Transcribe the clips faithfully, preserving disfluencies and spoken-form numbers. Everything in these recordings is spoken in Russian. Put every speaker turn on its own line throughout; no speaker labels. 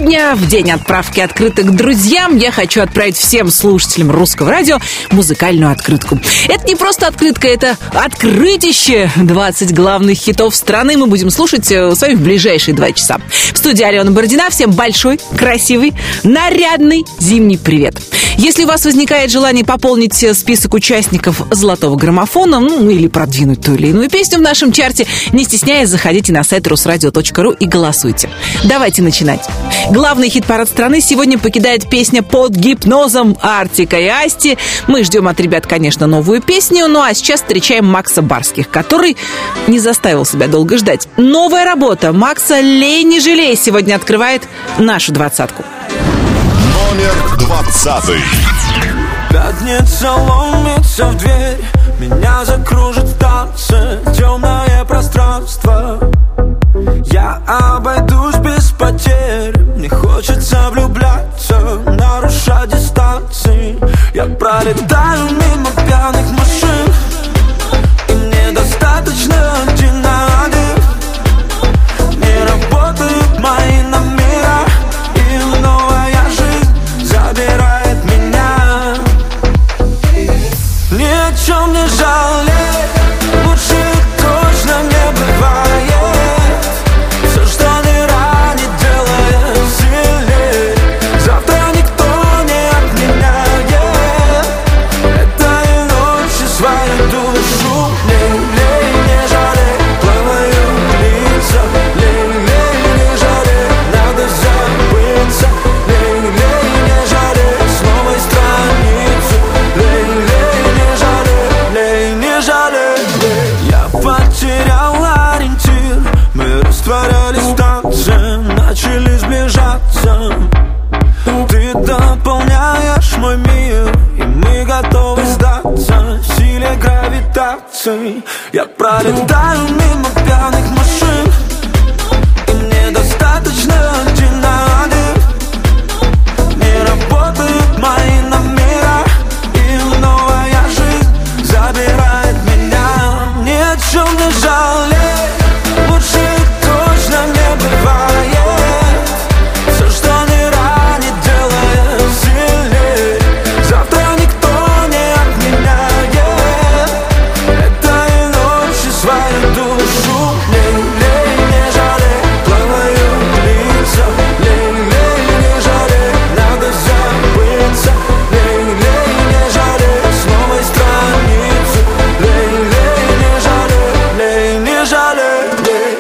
Сегодня, в день отправки открыток друзьям, я хочу отправить всем слушателям Русского радио музыкальную открытку. Это не просто открытка, это открытище. двадцать главных хитов страны мы будем слушать с вами в ближайшие два часа. В студии Алена Бородина. Всем большой, красивый, нарядный зимний привет. Если у вас возникает желание пополнить список участников «Золотого граммофона», ну или продвинуть ту или иную песню в нашем чарте, не стесняясь, заходите на сайт русрадио точка ру и голосуйте. Давайте начинать. Главный хит-парад страны сегодня покидает песня «Под гипнозом» Артика и Асти. Мы ждем от ребят, конечно, новую песню, ну а сейчас встречаем Макса Барских, который не заставил себя долго ждать. Новая работа Макса «Лей, не жалей» сегодня открывает нашу двадцатку.
Номер двадцатый.
Пятница ломится в дверь, меня закружит в танце темное пространство. Я обойдусь без потерь, мне хочется влюбляться, нарушать дистанции. Я пролетаю мимо пьяных машин, и мне достаточно один на один. Не работают мои номера, и новая жизнь забирает меня. Ни о чем не жалей, лучше точно не бывает. Все, что не ранит, делает сильней. Завтра никто не отменяет этой ночи свою душу. Лей, лей, не жалей, плаваю лица. Лей, лей, не жалей, надо забыться. Лей, лей, не жалей, с новой страницы. Лей, лей, не жалей, лей, не жалей, лей. Я потерял ориентир, мы растворялись в танце, начали сближаться. Ты дополняешь мой мир, и мы готовы сдаться силе гравитации. Я пролетаю мимо пьяных машин, и мне достаточно один на один. Не работают мои номера, и новая жизнь забирает меня. Ни о чем не жалей, лучше точно не бывает. Все, что не ранит, делает сильней. Завтра никто не отменяет этой ночи свою душу. Лей, лей, не жалей, плаваю лица. Лей, лей, не жалей, надо забыться. Лей, лей, не жалей, с новой страницы. Лей, лей, не жалей, лей, не жалей, лей.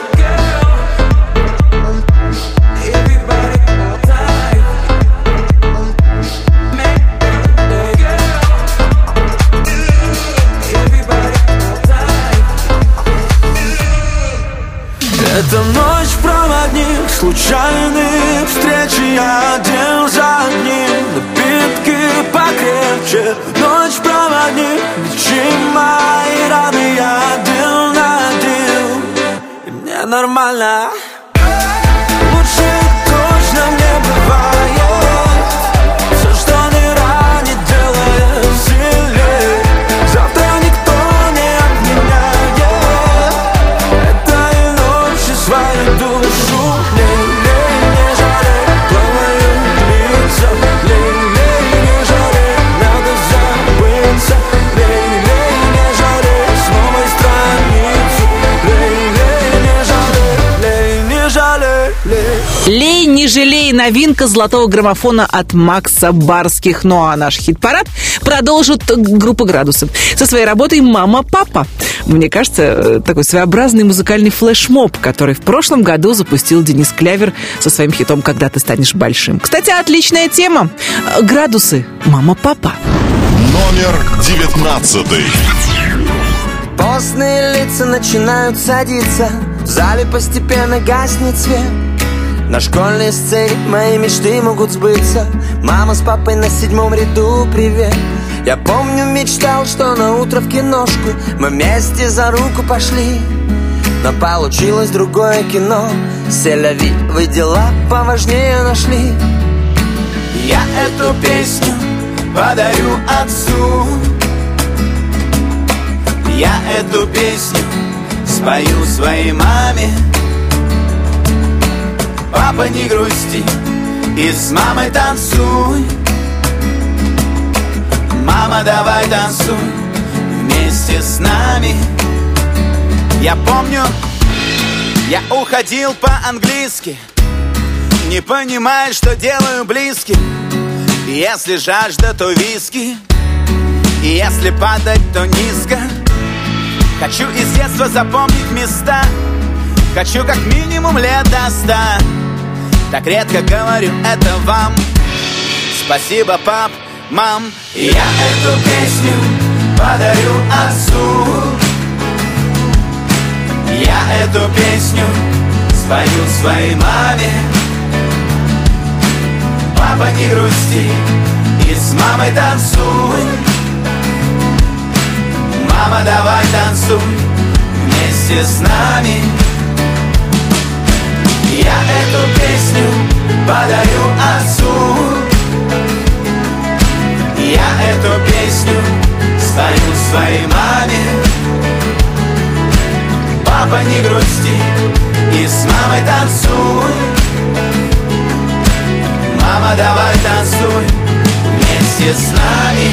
Это ночь проводник, случайные встречи один за одним, напитки покрепче. Ночь проводник, лечи мои раны, я один на один, и мне нормально. Лучше точно не бывает. Все, что не ранит, делает сильней. Завтра никто не отменяет этой ночи свою душу. Лей, лей, не жалей, плаваю лица. Лей, лей, не жалей, надо забыться. Лей, лей, не жалей, с новой страницы. Лей, лей, не жалей, лей, не жалей, лей.
«Лей, не жалей» — новинка «Золотого граммофона» от Макса Барских. Ну а наш хит-парад продолжит группа «Градусы» со своей работой «Мама, папа». Мне кажется, такой своеобразный музыкальный флешмоб, который в прошлом году запустил Денис Клявер со своим хитом «Когда ты станешь большим». Кстати, отличная тема. «Градусы», «Мама, папа».
Номер девятнадцатый.
Постные лица начинают садиться, в зале постепенно гаснет свет. На школьной сцене мои мечты могут сбыться. Мама с папой на седьмом ряду, привет. Я помню, мечтал, что на утро в киношку мы вместе за руку пошли. Но получилось другое кино. Селяви, вы дела поважнее нашли.
Я эту песню подарю отцу. Я эту песню спою своей маме. Папа, не грусти, и с мамой танцуй. Мама, давай танцуй вместе с нами. Я помню, я уходил по-английски, не понимая, что делаю близким. Если жажда, то виски, и если падать, то низко. Хочу из детства запомнить места, хочу как минимум лет до ста. Так редко говорю это вам. Спасибо, пап, мам. И я эту песню подарю отцу. Я эту песню спою своей маме. Папа, не грусти, и с мамой танцуй. Мама, давай танцуй вместе с нами. Я эту песню подарю отцу. Я эту песню спою своей маме. Папа, не грусти, и с мамой танцуй. Мама, давай танцуй вместе с нами.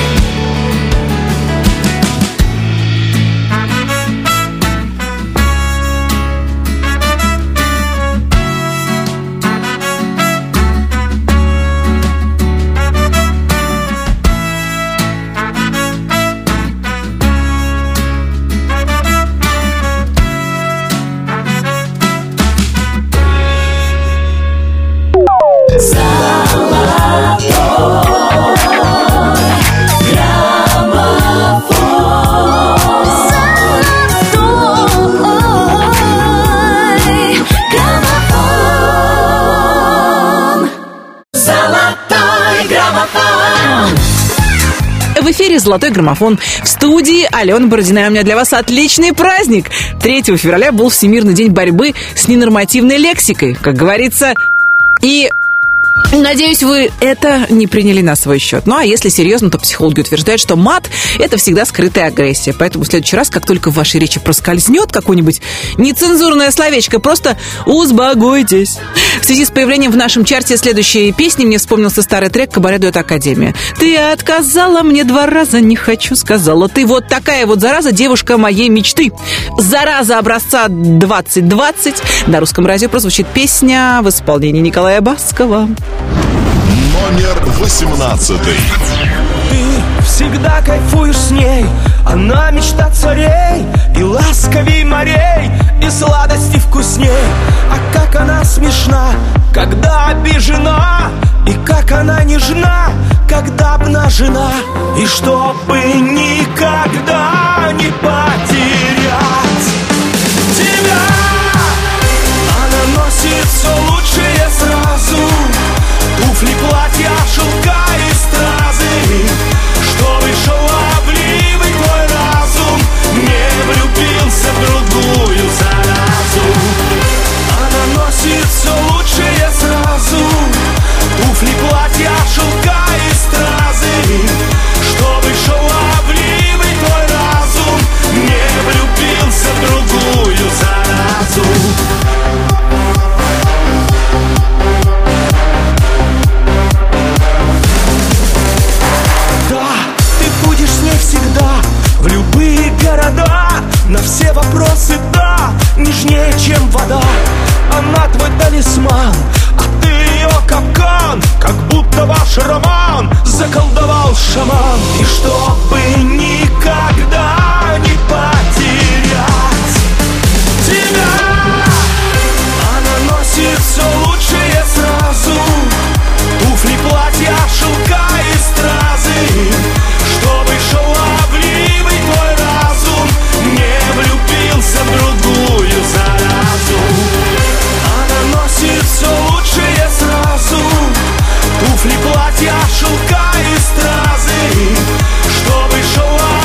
В эфире «Золотой граммофон». В студии Алена Бородина. У меня для вас отличный праздник. третьего февраля был Всемирный день борьбы с ненормативной лексикой, как говорится. И надеюсь, вы это не приняли на свой счет. Ну, а если серьезно, то психологи утверждают, что мат – это всегда скрытая агрессия. Поэтому в следующий раз, как только в вашей речи проскользнет какое-нибудь нецензурное словечко, просто успокойтесь. В связи с появлением в нашем чарте следующей песни мне вспомнился старый трек «Кабаре Дуэт Академия». «Ты отказала мне два раза, не хочу, сказала ты». Вот такая вот зараза, девушка моей мечты. Зараза образца двадцать двадцать. На русском радио прозвучит песня в исполнении Николая Баскова.
Номер восемнадцатый.
Ты всегда кайфуешь с ней, она мечта царей, и ласковей морей, и сладости вкусней. А как она смешна, когда обижена, и как она нежна, когда обнажена. И чтобы никогда не потерять тебя, она носит все лучшее сразу. Туфли, платья, шелка и стразы, чтобы шаловливый твой разум не влюбился в другую заразу. Она носит все лучшее сразу. Туфли, платья, шелка и стразы, чтобы шаловливый твой разум не влюбился в другую заразу. В любые города, на все вопросы да, нежнее, чем вода. Она твой талисман, а ты ее капкан, как будто ваш роман заколдовал шаман. И чтобы никогда не потерять тебя, она носит все лучшее сразу. Туфли, платья, шелка и стразы, чтобы шаловливый твой разум не влюбился в другую заразу. Она носит все лучшее сразу. Туфли, платья, шелка и стразы, чтобы шаловливый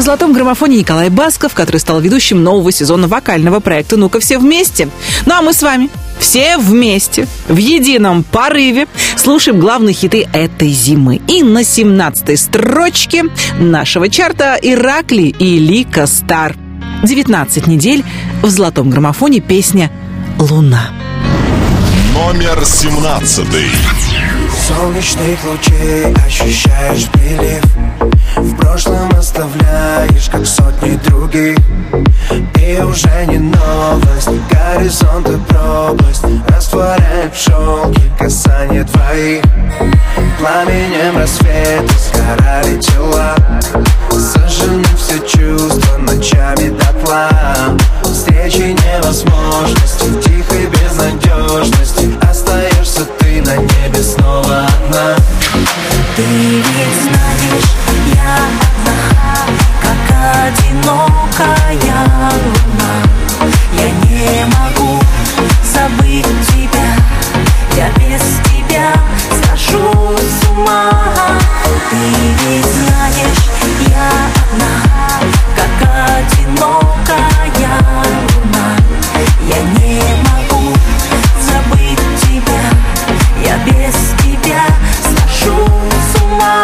золотом граммофоне Николай Басков, который стал ведущим нового сезона вокального проекта «Ну-ка все вместе». Ну а мы с вами все вместе, в едином порыве, слушаем главные хиты этой зимы. И на семнадцатой строчке нашего чарта Иракли и Лика Стар. девятнадцать недель в золотом граммофоне песня «Луна».
Номер семнадцатый.
Солнечных лучей ощущаешь прилив, в прошлом оставляешь, как сотни других. И уже не новость, горизонт и пропасть растворяет в шелке касание твоих. Пламенем рассвета сгорали тела, сожжены все чувства ночами дотла. Встречи невозможности, в тихой безнадежности остаешься ты на небе снова одна.
Ты ведь знаешь, я одна, как одинокая луна. Я не могу забыть тебя, я без тебя схожу с ума. Ты ведь знаешь, я одна, как одинокая луна. Я не могу забыть тебя, я без тебя схожу с ума.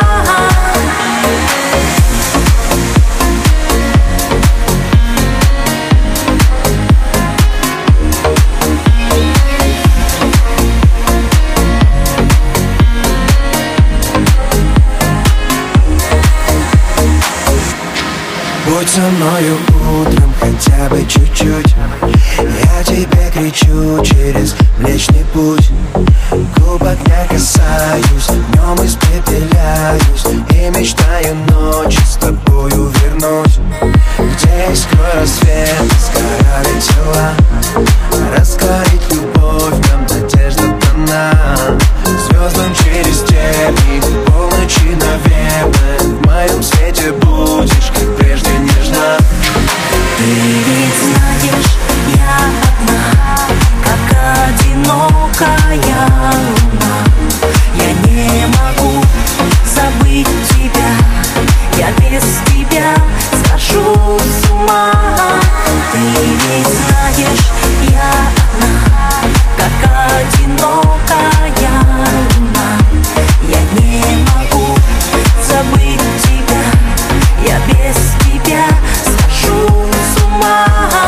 Будь со мною утром хотя бы чуть-чуть, я тебе кричу через Млечный Путь. Губ огня касаюсь, днем испепеляюсь и мечтаю ночью с тобою вернуть. Где искрой рассвета сгорали тела, раскалить любовь нам надежда дана. Звездам через степи, полночи, наверное, в моем свете будешь, как прежде, нежна.
Ты ведь знаешь, я одна, как одинокая луна. Я не могу забыть тебя, я без тебя схожу с ума. Ты ведь знаешь, я одна, как одинокая луна. Я не могу забыть тебя, я без тебя схожу с ума.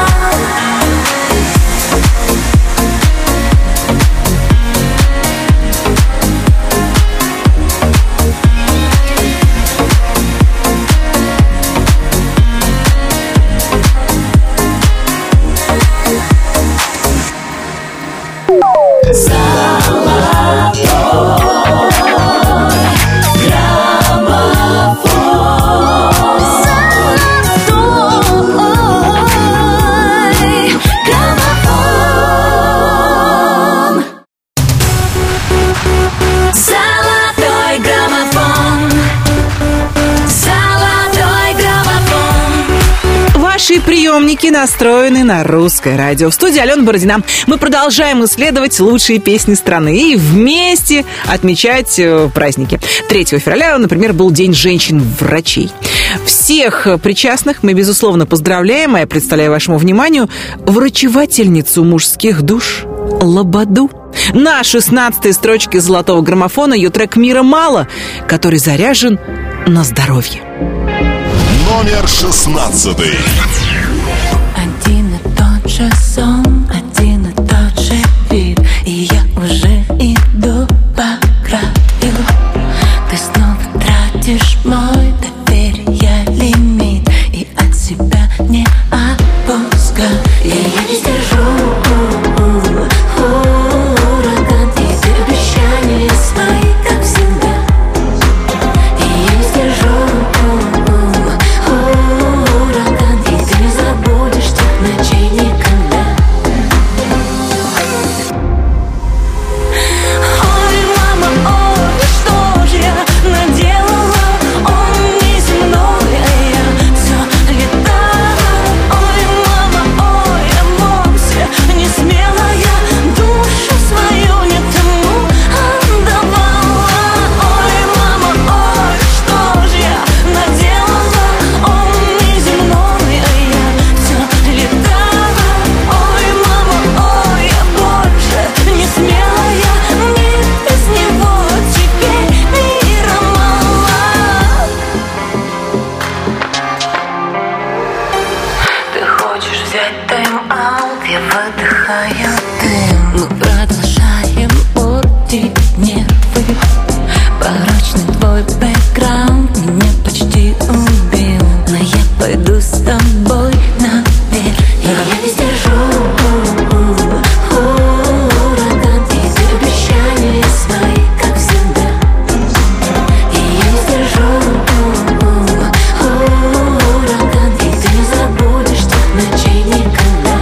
Приемники настроены на русское радио. В студии Алена Бородина. Мы продолжаем исследовать лучшие песни страны и вместе отмечать праздники. третьего февраля, например, был День женщин-врачей. Всех причастных мы, безусловно, поздравляем. А я представляю вашему вниманию врачевательницу мужских душ Лободу. На шестнадцатой строчке золотого граммофона ее трек «Мира мало», который заряжен на здоровье.
Номер шестнадцатый.
Один и тот же сон, один и тот же вид, и я уже иду по краю. Ты снова тратишь мой доверие лимит, и от себя не отпускаю. И я не сдержу ураган, и ты обещания свои, как всегда. И я не сдержу ураган, и ты не забудешь тех ночей никогда. вдыхаю дым. Мы продолжаем портить нервы. Порочный твой бэкграунд меня почти убил. Но я пойду с тобой наверх. Я не сдержу ураган из обещаний свои, как всегда. И я не сдержу ураган, и ты не забудешь тех ночей никогда.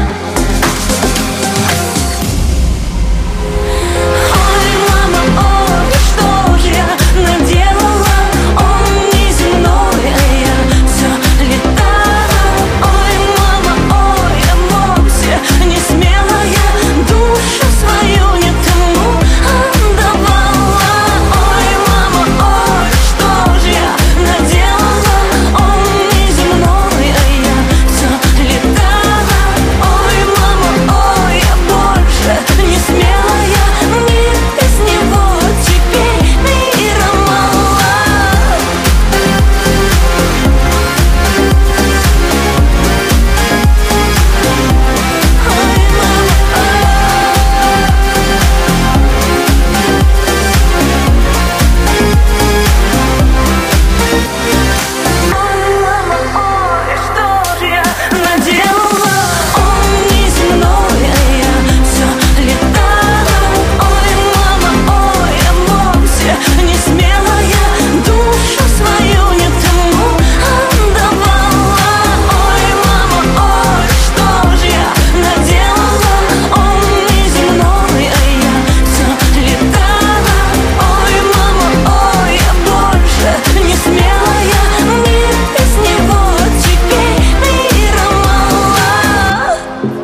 Ой, мама, ой, что же я наделала? Он неземной, а я все летала. Ой, мама, ой, я вовсе не смелая, душу свою не тому отдавала. Ой, мама, ой, что же я наделала? Он неземной, а я все летала. Ой, мама, ой, я больше не смелая, мне без него теперь мира мало. Ой, мама, ой, что же я наделала? Он неземной, а я все летала. Ой, мама, ой, я вовсе не смелая, душу свою не тому отдавала. Ой, мама, ой, что же я наделала? Он неземной, а я все летала. Ой, мама, ой, я больше не смелая, мне без него теперь мира мало.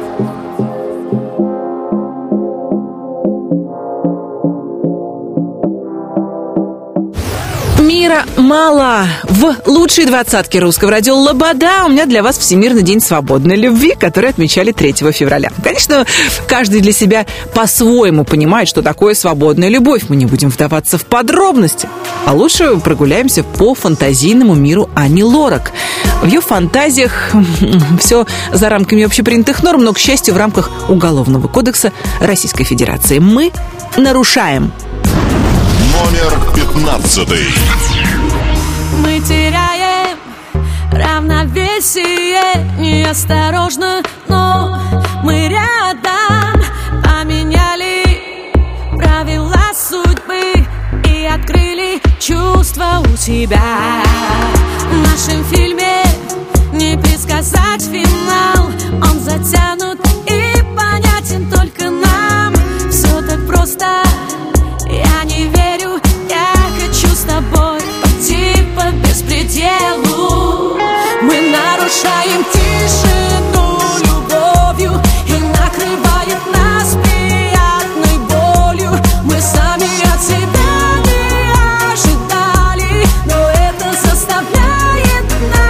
Мира мало. В лучшей двадцатке русского радио «Лобода» у меня для вас Всемирный день свободной любви, который отмечали третьего февраля. Конечно, каждый для себя по-своему понимает, что такое свободная любовь. Мы не будем вдаваться в подробности, а лучше прогуляемся по фантазийному миру Ани Лорак. В ее фантазиях все за рамками общепринятых норм, но, к счастью, в рамках Уголовного кодекса Российской Федерации. Мы нарушаем.
Номер пятнадцатый.
Мы теряем равновесие неосторожно, но мы рядом. Поменяли правила судьбы и открыли чувства у себя. В нашем фильме не предсказать финал. Он затянут и понятен только нам. Все так просто. Я не верю, я хочу с тобой пойти по беспределу. Мы нарушаем тишину любовью, и накрывает нас приятной болью. Мы сами от себя не ожидали, но это заставляет нас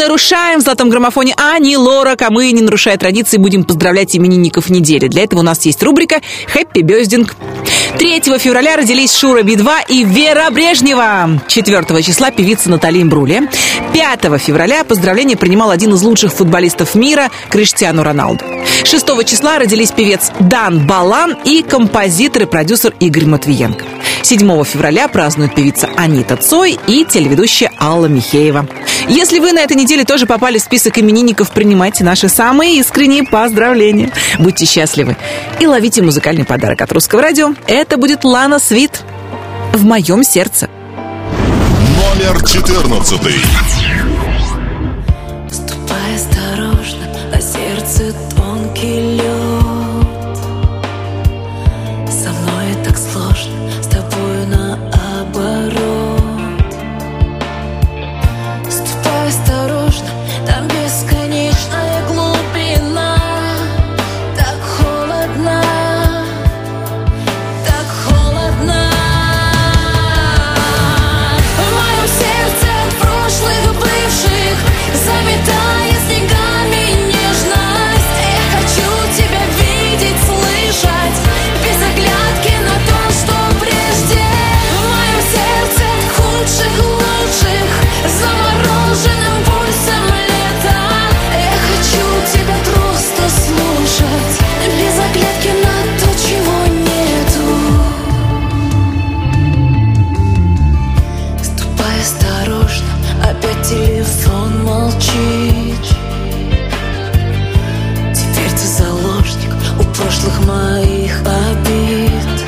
нарушаем в золотом граммофоне Ани Лорак, а мы, не нарушая традиции, будем поздравлять именинников недели. Для этого у нас есть рубрика «Хэппи Бёздинг». третьего февраля родились Шура Би-два и Вера Брежнева. четвёртого числа певица Натали Имбруле. пятого февраля поздравления принимал один из лучших футболистов мира Криштиану Роналду. шестого числа родились певец Дан Балан и композитор и продюсер Игорь Матвиенко. седьмого февраля празднуют певица Анита Цой и телеведущая Алла Михеева. Если вы на этой неделе тоже попали в список именинников, принимайте наши самые искренние поздравления. Будьте счастливы и ловите музыкальный подарок от Русского радио. Это будет Лана Свит «В моем сердце».
Номер четырнадцатый.
Ступай осторожно, на сердце тонкий лед. Со мной так сложно, с тобою наоборот. Ступай осторожно, там бесконечная глубина. Так холодно, так холодно. В моем сердце от прошлых бывших, заметая снегами нежность. Я хочу тебя видеть, слышать, без оглядки на то, что прежде. В моем сердце от худших лучших, замороженным пульсом лета. Я хочу тебя просто слушать, без оглядки на то, чего нету. Ступай осторожно, опять телефон молчит. Теперь ты заложник у прошлых моих обид.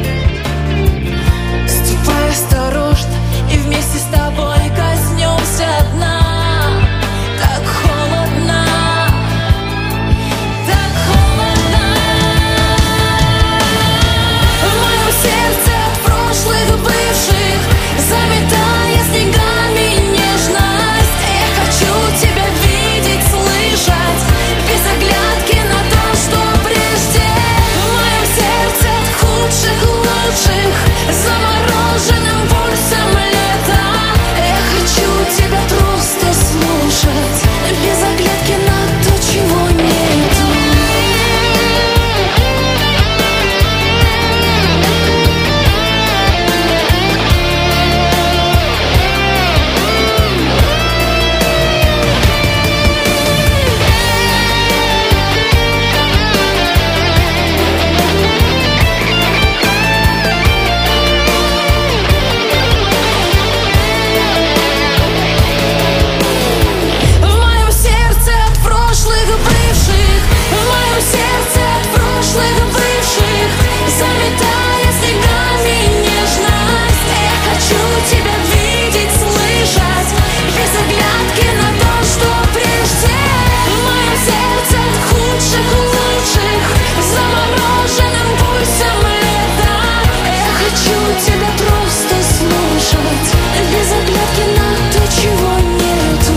Ступай осторожно, и вместе с тобой коснемся дна. Так холодно, так холодно. В моем сердце от прошлых бывших, заметая снегами нежность. Я хочу тебя видеть, слышать, без оглядки на то, что прежде. В моем сердце от худших лучших, замороженным пульсом лета. Я хочу тебя просто слушать, без оглядки на то, чего нету. В моем сердце от прошлых бывших, в моем сердце от прошлых бывших, заметая снегами нежность. Я хочу тебя видеть, слышать, без оглядки на то, что прежде. В моем сердце от худших лучших, замороженным пульсом лета. Я хочу тебя просто слушать, без оглядки на то, чего нету.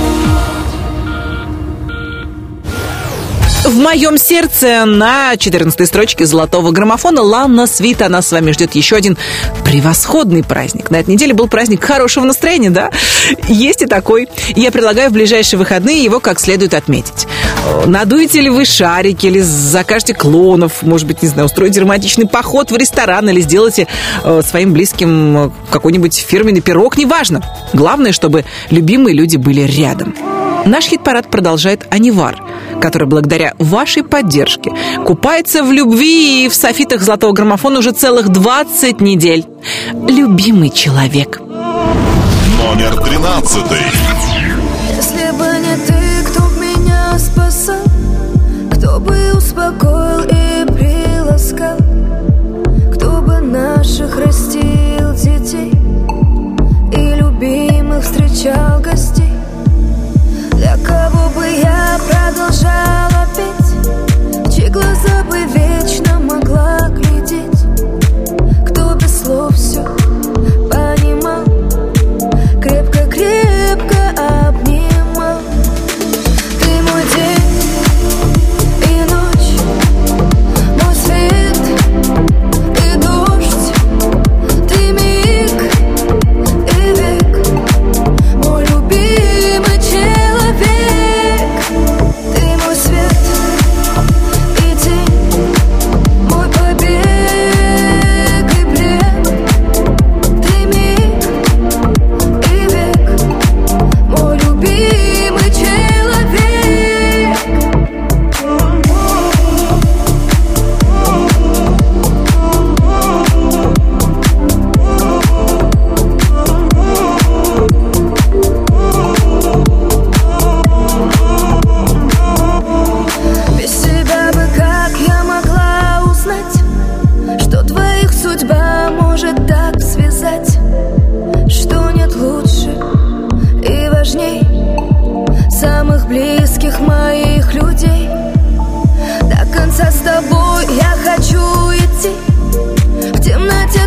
В моем сердце на четырнадцатой строчке золотого граммофона Лана Свит. Она с вами ждет еще один превосходный праздник. На этой неделе был праздник хорошего настроения, да? Есть и такой. Я предлагаю в ближайшие выходные его как следует отметить. Надуете ли вы шарики, или закажете клонов, может быть, не знаю, устроите романтичный поход в ресторан, или сделаете э, своим близким какой-нибудь фирменный пирог, неважно. Главное, чтобы любимые люди были рядом. Наш хит-парад продолжает Анивар, который благодаря вашей поддержке купается в любви и в софитах золотого граммофона уже целых двадцать недель. Любимый человек.
Номер тринадцатый.
Если бы не ты, кто б меня спасал, кто бы успокоил и приласкал, кто бы наших растил детей и любимых встречал гостей. Для кого бы я продолжала петь, чьи глаза бы вечно могла глядеть, кто без слов все понимал, крепко-крепко обнимал. Ты мой день и ночь, мой свет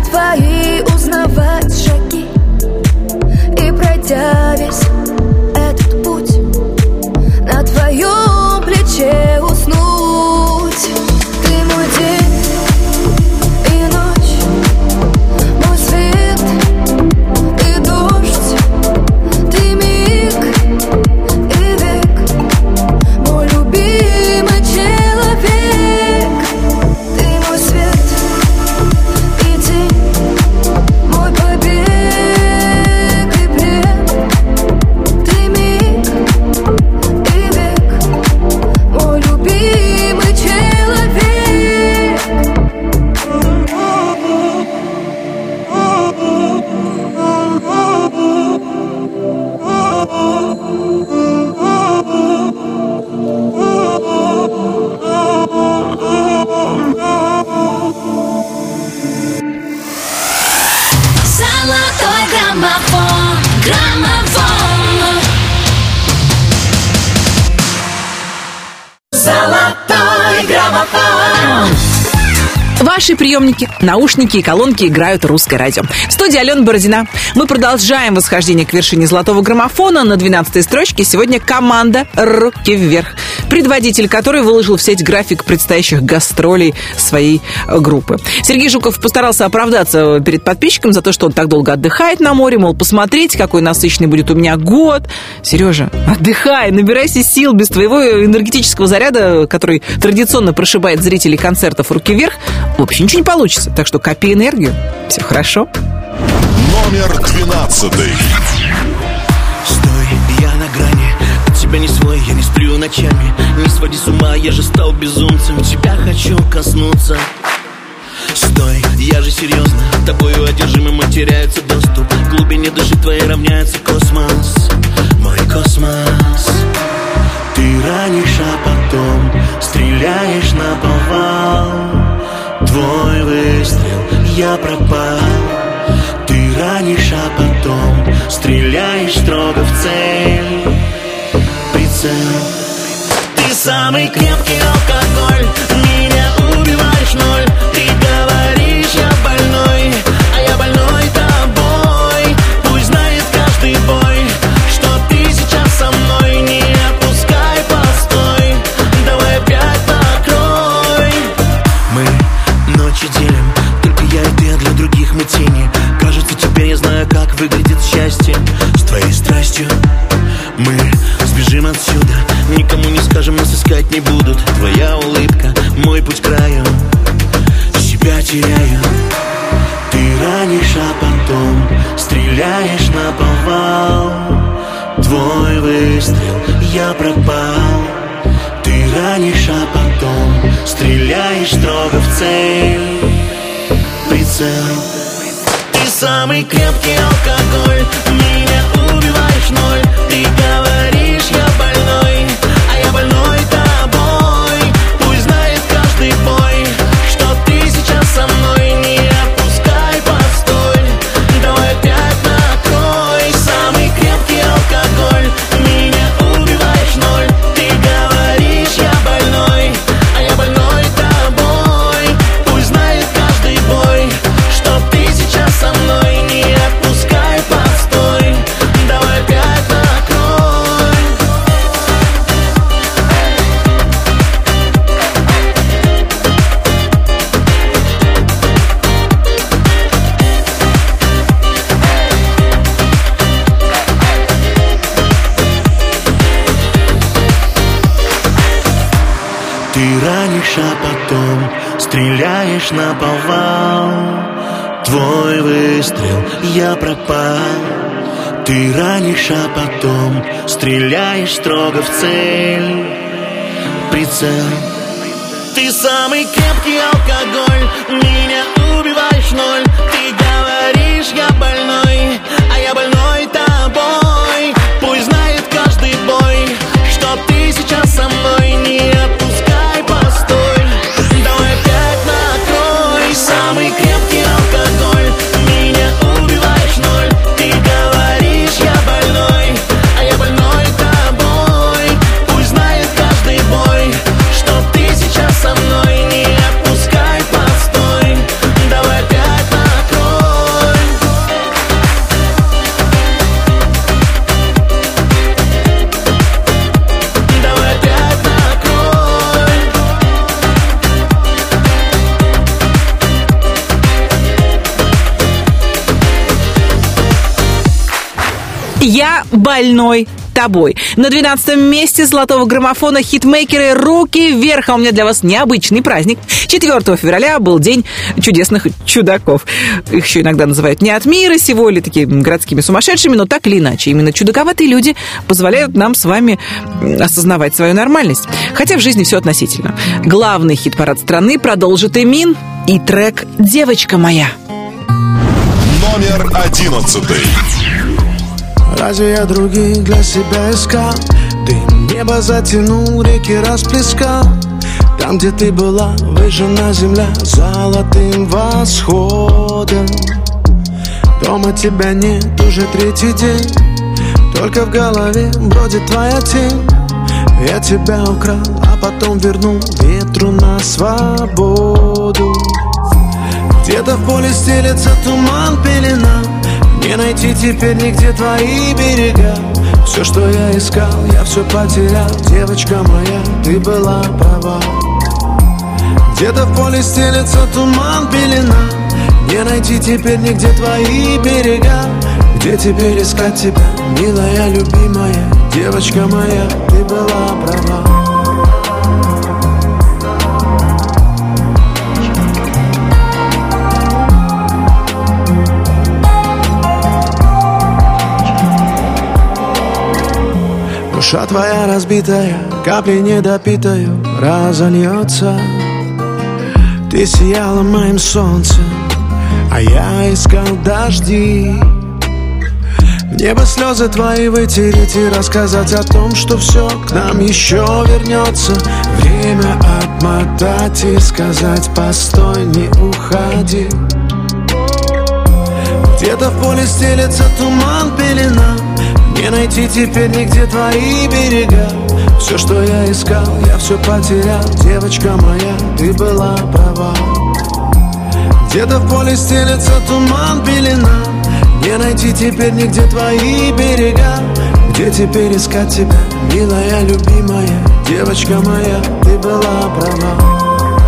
твои узнавать шаги. И пройдя весь этот путь, на твоем плече уснуть. Ты мой день и ночь, мой свет и дождь. Ты миг и век, мой любимый человек. Ты мой свет и день, мой побег и плен. Ты миг и век, мой любимый человек.
Золотой граммофон, граммофон. Золотой граммофон.
Ваши приемники, наушники и колонки играют русское радио. В студии Алена Бородина. Мы продолжаем восхождение к вершине золотого граммофона. На двенадцатой строчке сегодня команда «Руки вверх», предводитель которой выложил в сеть график предстоящих гастролей своей группы. Сергей Жуков постарался оправдаться перед подписчиком за то, что он так долго отдыхает на море. Мол, посмотрите, какой насыщенный будет у меня год. Сережа, отдыхай, набирайся сил. Без твоего энергетического заряда, который традиционно прошибает зрителей концертов «Руки вверх», вообще ничего не получится. Так что копи энергию. Все хорошо.
Номер двенадцатый.
Стой, я на грани, от тебя не свой, я не сплю ночами. Не своди с ума, я же стал безумцем, тебя хочу коснуться. Стой, я же серьезно, тобою одержимым теряется доступ. К глубине души твоей равняется космос, мой космос. Ты ранишь, а потом стреляешь на повал. Твой выстрел, я пропал. Ты ранишь, а потом стреляешь строго в цель. Прицел. Ты самый крепкий алкоголь, меня убиваешь ноль. Ты говоришь, я больной, а я больной тобой. Пусть знает каждый бой, что ты сейчас со мной. Не отпускай, постой, давай опять покрой. Мы ночи делим, только я и ты, а для других мы тени. Кажется, теперь я знаю, как выглядит счастье. С твоей страстью мы сбежим отсюда, никому не скажем, нас искать не будут. Твоя улыбка, мой путь к краю, себя теряю. Ты ранишь, а потом стреляешь на повал. Твой выстрел, я пропал. Ты ранишь, а потом стреляешь строго в цель. Прицел. Ты самый крепкий алкоголь, меня убиваешь ноль. Ты говоришь, я больной, а я больной тобой. Пусть знает каждый бой, что ты сейчас со мной. Не отпускай, постой, давай опять накрой. Самый крепкий алкоголь, меня убиваешь ноль. Ты говоришь, я больной, а я больной тобой. Пусть знает каждый бой, что ты сейчас со мной. Не отпускай, постой, давай опять накрой. Ты ранишь, а потом стреляешь на повал. Твой выстрел, я пропал. Ты ранишь, а потом стреляешь строго в цель. Прицел. Ты самый крепкий алкоголь, меня убиваешь ноль. Ты говоришь, я больной, а я больной тобой. Пусть знает каждый бой, что ты сейчас со мной. Не отпускай, постой, давай опять накрой. Самый крепкий алкоголь, меня убиваешь ноль. Ты говоришь, я больной, а я больной тобой. Пусть знает каждый бой, что ты сейчас со мной. Не отпускай, постой, давай опять.
«Я больной тобой». На двенадцатом месте золотого граммофона хитмейкеры «Руки вверх». А у меня для вас необычный праздник. четвёртого февраля был день чудесных чудаков. Их еще иногда называют не от мира сего или такими городскими сумасшедшими, но так или иначе. Именно чудаковатые люди позволяют нам с вами осознавать свою нормальность. Хотя в жизни все относительно. Главный хит-парад страны продолжит Эмин и трек «Девочка моя».
Номер одиннадцатый.
Разве я других для себя искал? Дым небо затянул, реки расплескал. Там, где ты была, выжжена земля золотым восходом. Дома тебя нет уже третий день, только в голове бродит твоя тень. Я тебя украл, а потом вернул ветру на свободу. Где-то в поле стелется туман, пелена. Не найти теперь нигде твои берега. Все, что я искал, я все потерял. Девочка моя, ты была права. Где-то в поле стелется туман, пелена. Не найти теперь нигде твои берега. Где теперь искать тебя, милая, любимая? Девочка моя, ты была права. Душа твоя разбитая, капли недопитою разольется. Ты сияла моим солнцем, а я искал дожди. Мне бы слезы твои вытереть и рассказать о том, что все к нам еще вернется. Время отмотать и сказать: постой, не уходи. Где-то в поле стелется туман, пелена. Не найти теперь нигде твои берега. Все, что я искал, я все потерял. Девочка моя, ты была права. Где-то в поле стелется туман, пелена. Не найти теперь нигде твои берега. Где теперь искать тебя, милая, любимая? Девочка моя, ты была права.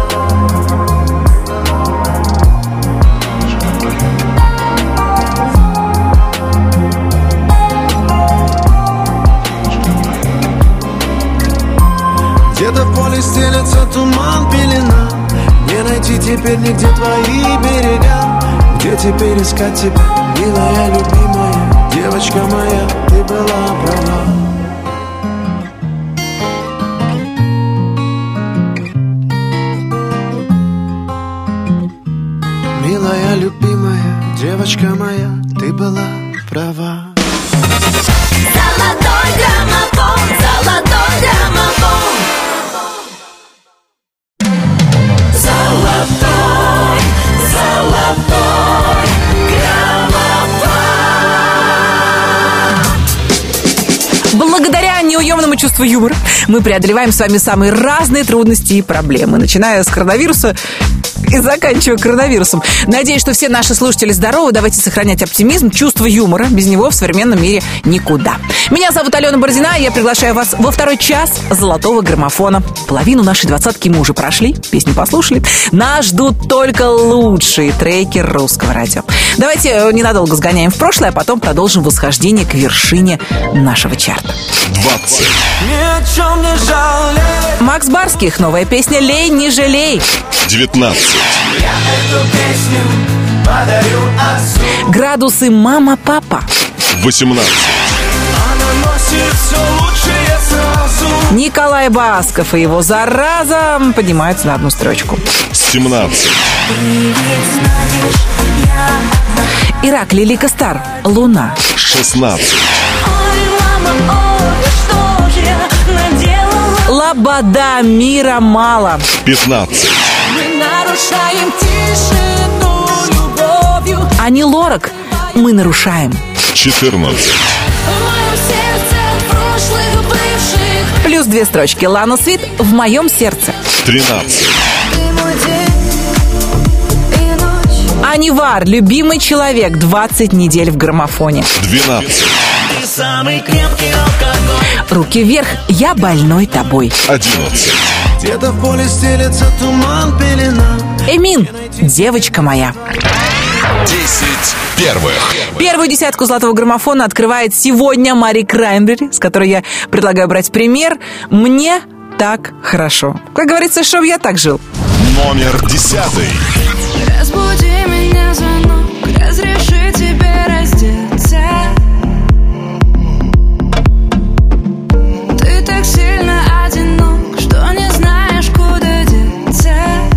Где-то в поле стелется туман, пелена. Не найти теперь нигде твои берега. Где теперь искать тебя, милая, любимая? Девочка моя, ты была права. Милая, любимая, девочка моя, ты была права.
Золотой граммофон, золотой граммофон. Золотой, золотой граммофон.
Благодаря неуемному чувству юмора мы преодолеваем с вами самые разные трудности и проблемы, начиная с коронавируса и заканчивая коронавирусом. Надеюсь, что все наши слушатели здоровы. Давайте сохранять оптимизм, чувство юмора. Без него в современном мире никуда. Меня зовут Алена Бородина, и я приглашаю вас во второй час золотого граммофона. Половину нашей двадцатки мы уже прошли, песни послушали. Нас ждут только лучшие треки русского радио. Давайте ненадолго сгоняем в прошлое, а потом продолжим восхождение к вершине нашего чарта.
двадцать.
Ни о чем не жалей.
Макс Барских, новая песня «Лей, не жалей».
девятнадцать.
Я эту песню подарю отцу.
Градусы «Мама-папа».
восемнадцать.
Она носит все лучшее сразу.
Николай Басков и его «Зараза» поднимаются на одну строчку.
семнадцать.
Иракли Лика Стар, «Луна».
шестнадцать.
Ой, мама, ой, что же я наделала?
Лобода, «Мира мало».
пятнадцать.
Мы нарушаем тишину любовью.
Ани Лорак, «Мы нарушаем».
четырнадцать.
В моем сердце прошлых бывших.
Плюс две строчки. Лана Свит, «В моем сердце».
тринадцать.
Ты мой день и ночь.
Анивар, «Любимый человек», двадцать недель в граммофоне.
двенадцать.
Ты самый крепкий алкоголь.
Руки вверх, «Я больной тобой».
одиннадцать.
Где-то в поле стелется туман, пелена.
Эмин, «Девочка моя».
Десять первых.
Первую десятку золотого граммофона открывает сегодня Мари Краймбрери, с которой я предлагаю брать пример. «Мне так хорошо». Как говорится, чтоб я так жил.
Номер десятый.
Разбуди меня, звонок, разреши тебе раздеться. Ты так сильно одинок, что не знаешь, куда деться.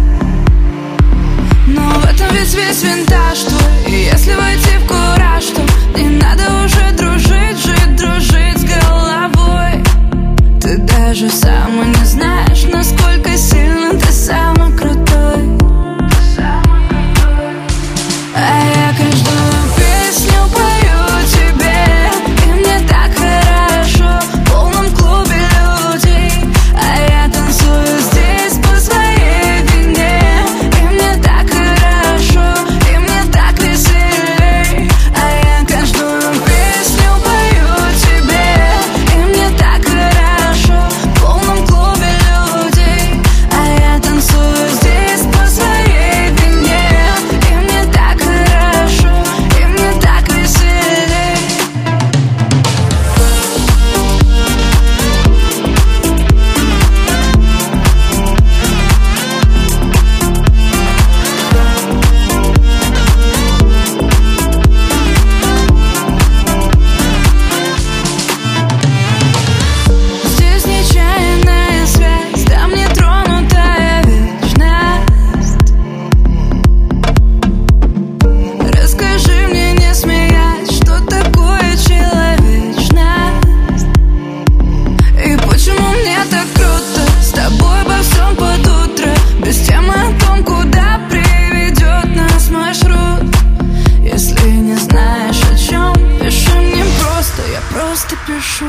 Но в этом ведь весь винтаж твой. И если войти в кураж, то не надо уже дружить, жить, дружить с головой. Ты даже сам и не знаешь, насколько сильно ты самый крутой. А я каждую песню пою тебе, и мне так хорошо в полном клубе людей. А я танцую здесь по своей вине, и мне так хорошо, и мне так веселей. А я каждую песню пою тебе, и мне так хорошо в полном клубе людей. А я танцую здесь по своей вине, и мне так хорошо, и мне так веселей. Здесь нечаянная связь, там нетронутая вечность. Расскажи мне, не смеясь, что такое человечность. И почему мне так круто с тобой обо всем под утро, без темы о том, куда приведет нас маршрут. Если не знаешь, о чем, пиши мне просто, я просто пишу.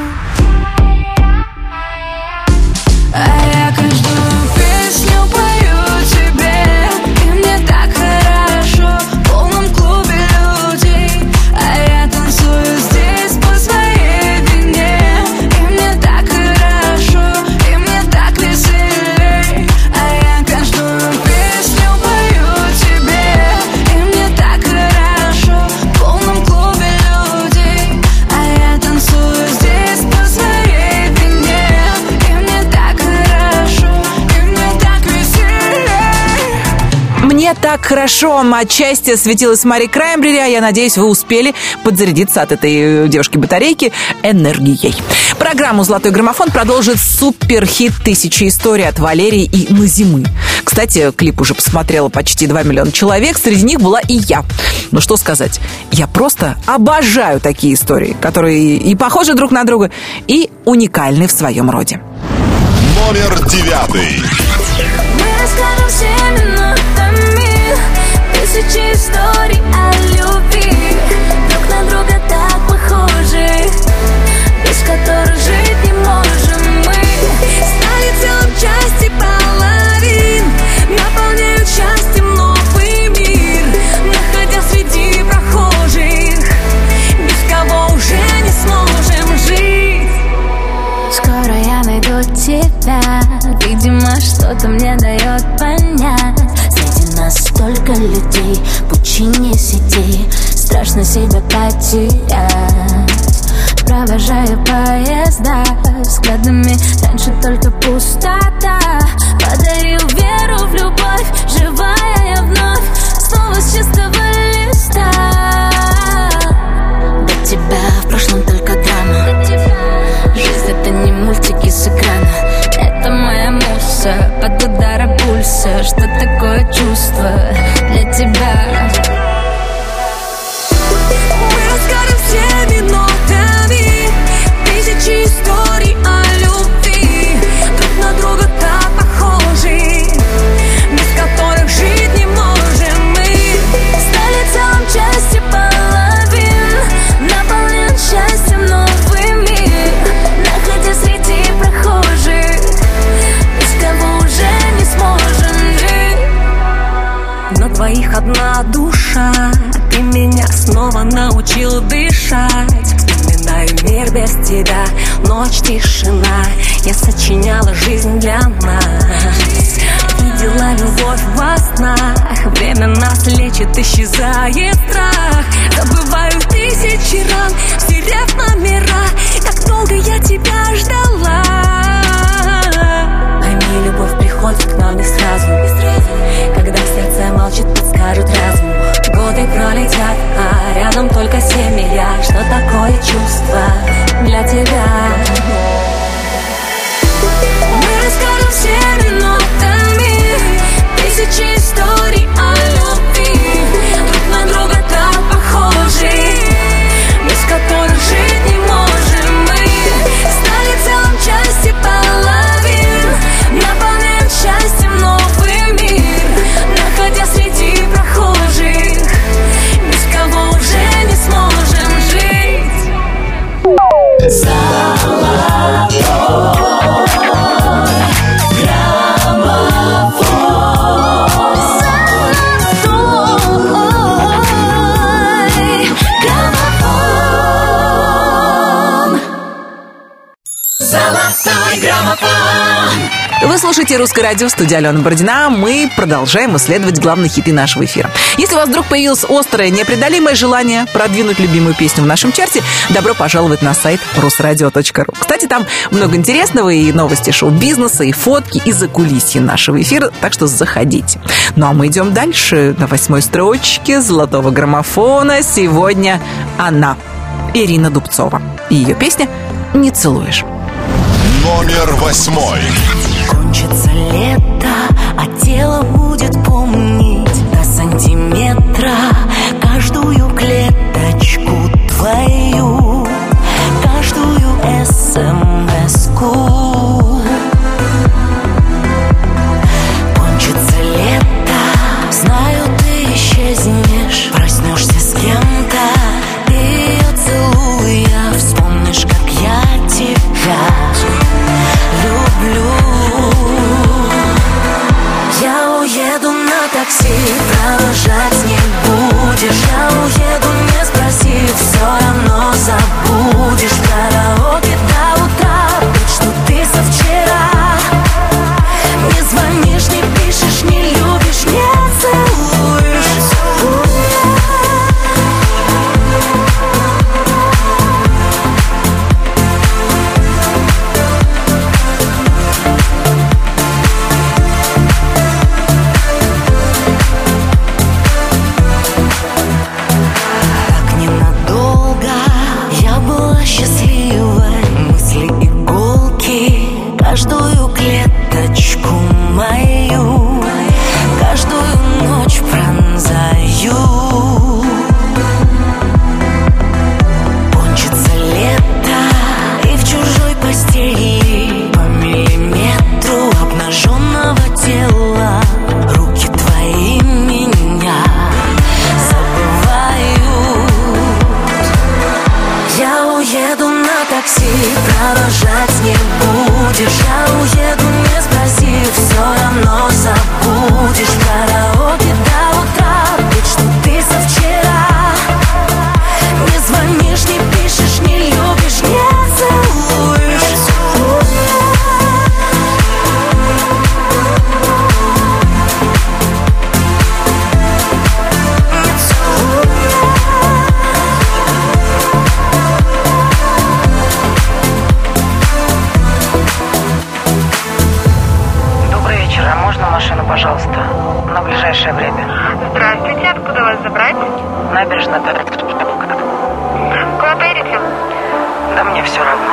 А я каждую песню пою тебе, и мне так хорошо в полном клубе людей. А я танцую здесь по своей вине, и мне так хорошо, и мне так веселей. А я каждую песню пою тебе, и мне так хорошо в полном клубе людей. А я танцую здесь по своей вине, и мне так хорошо, и мне так веселей.
«Мне так хорошо» отчасти осветилась Мари Краймбрери, а я надеюсь, вы успели подзарядиться от этой девушки-батарейки энергией. Программу «Золотой граммофон» продолжит суперхит «Тысяча историй» от Валерии и Назимы. Кстати, клип уже посмотрело почти два миллиона человек, среди них была и я. Ну что сказать, я просто обожаю такие истории, которые и похожи друг на друга, и уникальны в своем роде.
Номер девятый.
Мы расскажем всем минутами тысячи историй о любви, друг на друга так похожи, без которых жить не можем мы. Стали целым части половин, наполняют счастьем новый мир, находя среди прохожих, без кого уже не сможем жить. Скоро я найду тебя, видимо, что-то мне дает понять. Среди нас столько людей, в пучине сетей, страшно себя потерять. Провожаю поезда взглядами, раньше только пустота. Подарил веру в любовь, живая я вновь, снова с чистого листа. До тебя в прошлом только драма. Жизнь это не мультики с экрана, это моя муса под ударом пульса. Что такое чувство для тебя? Мы расскажем все минутами тысячи историй о любви, друг на друга так похожи, без которых жить не можем мы. Стали целым части половин, наполнен счастьем новый мир, находя среди прохожих, без кого уже не сможем жить. На двоих одна душа, ты меня снова научил дышать. Вспоминаю мир без тебя, ночь, тишина, я сочиняла жизнь для нас. Видела
видела любовь во снах. Время нас лечит, исчезает страх. Забываю тысячи ран, стерев номера. Как долго я тебя ждала. Пойми, любовь приходит к нам не сразу. Когда в сердце молчит, подскажут разум. Годы пролетят, а рядом только семья. Что такое чувство для тебя? Мы расскажем все минутами тысячи историй о любви. Друг на друга так похожи, без которых жить не можем мы. Стали целым части половин, наполняем счастьем новый мир. Находя среди прохожих, без кого уже не сможем жить. Золотой
Вы слушаете «Русское радио», студия Алена Бородина. Мы продолжаем исследовать главные хиты нашего эфира. Если у вас вдруг появилось острое, непреодолимое желание продвинуть любимую песню в нашем чарте, добро пожаловать на сайт русрадио точка ру. Кстати, там много интересного, и новости шоу-бизнеса, и фотки, и закулисья нашего эфира, так что заходите. Ну а мы идем дальше. На восьмой строчке золотого граммофона сегодня она, Ирина Дубцова. И ее песня «Не целуешь».
Номер восьмой.
Кончится лето, а тело будет помнить до сантиметра каждую клеточку твою, каждую смс-ку. Кончится лето, знаю, ты исчезнешь, проснешься с кем-то, ты ее целуя, вспомнишь, как я тебя люблю. Я уеду на такси, провожать не будешь. Я уеду, не спросив, все равно забудешь. Караоке до утра, ведь что ты со вчера. Не звонишь, не пишешь, не любишь, не целуешь. Каждую клеточку мою, каждую ночь пронзаю. Кончится лето, и в чужой постели по миллиметру обнаженного тела руки твои меня забывают. Я уеду на такси, провожать не будешь. Я уеду, не спросив, все равно забудешь. Караоке до утра, ведь что ты со вчера. Не звонишь, не пишешь, не любишь, не целуешь.
Машину, пожалуйста, на ближайшее время.
Здравствуйте, откуда вас забрать?
Набережная.
Куда поедете?
Да мне все равно.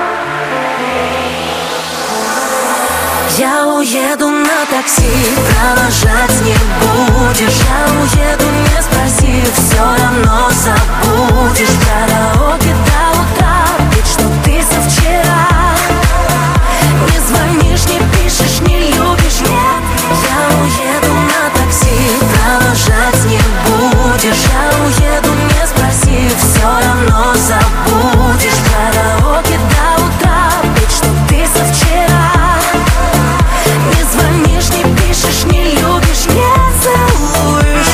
Я уеду на такси, провожать не будешь. Я уеду, не спросив, все равно забудешь. Караоке до утра, ведь что ты со вчера. Не звонишь, не пишешь, не любишь, нет. Я уеду на такси, провожать не будешь. Я уеду, не спросив, все равно забудешь. Караоке до утра, ведь что ты со вчера. Не звонишь, не пишешь, не любишь, не целуешь.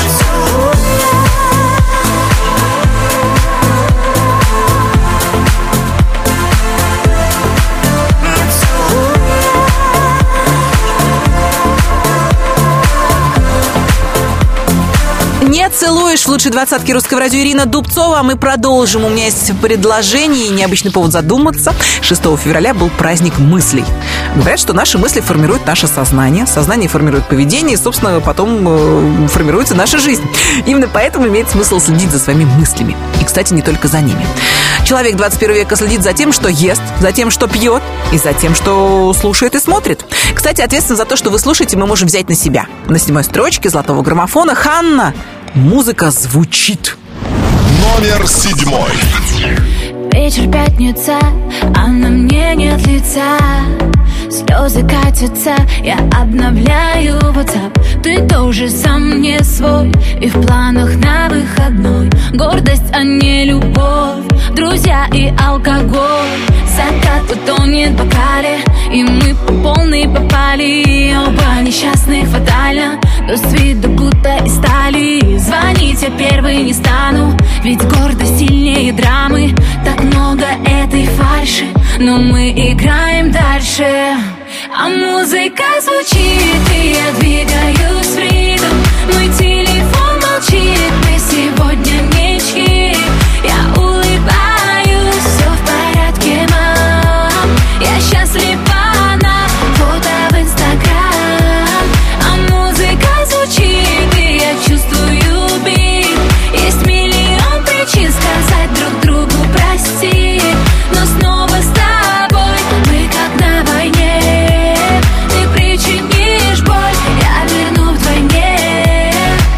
лучшей двадцатки русского радио Ирина Дубцова. А мы продолжим. У меня есть предложение и необычный повод задуматься. шестого февраля был праздник мыслей. Говорят, что наши мысли формируют наше сознание. Сознание формирует поведение, и, собственно, потом э, формируется наша жизнь. Именно поэтому имеет смысл следить за своими мыслями. И, кстати, не только за ними. Человек двадцать первого века следит за тем, что ест, за тем, что пьет, и за тем, что слушает и смотрит. Кстати, ответственно за то, что вы слушаете, мы можем взять на себя. На седьмой строчке золотого граммофона Ханна. Музыка звучит.
Номер седьмой.
Вечер пятница, а на мне нет лица. Слезы катятся, я обновляю WhatsApp. Ты тоже сам не свой, и в планах на выходной гордость, а не любовь, друзья и алкоголь. Закат утонет в бокале, и мы по полной попали. Оба несчастных фатально, но с виду будто из стали. Звонить я первой не стану, ведь гордость сильнее драмы. Так много этой фальши, но мы играем дальше. А музыка звучит, и я двигаюсь в ритм. Мой телефон молчит, мы сегодня ничьи. Я улыбаюсь, все в порядке, мам. Я счастлива на фото в Инстаграм. А музыка звучит, и я чувствую бит. Есть миллион причин сказать друг другу прости, но снова с тобой мы как на войне. Ты причинишь боль, я верну вдвойне.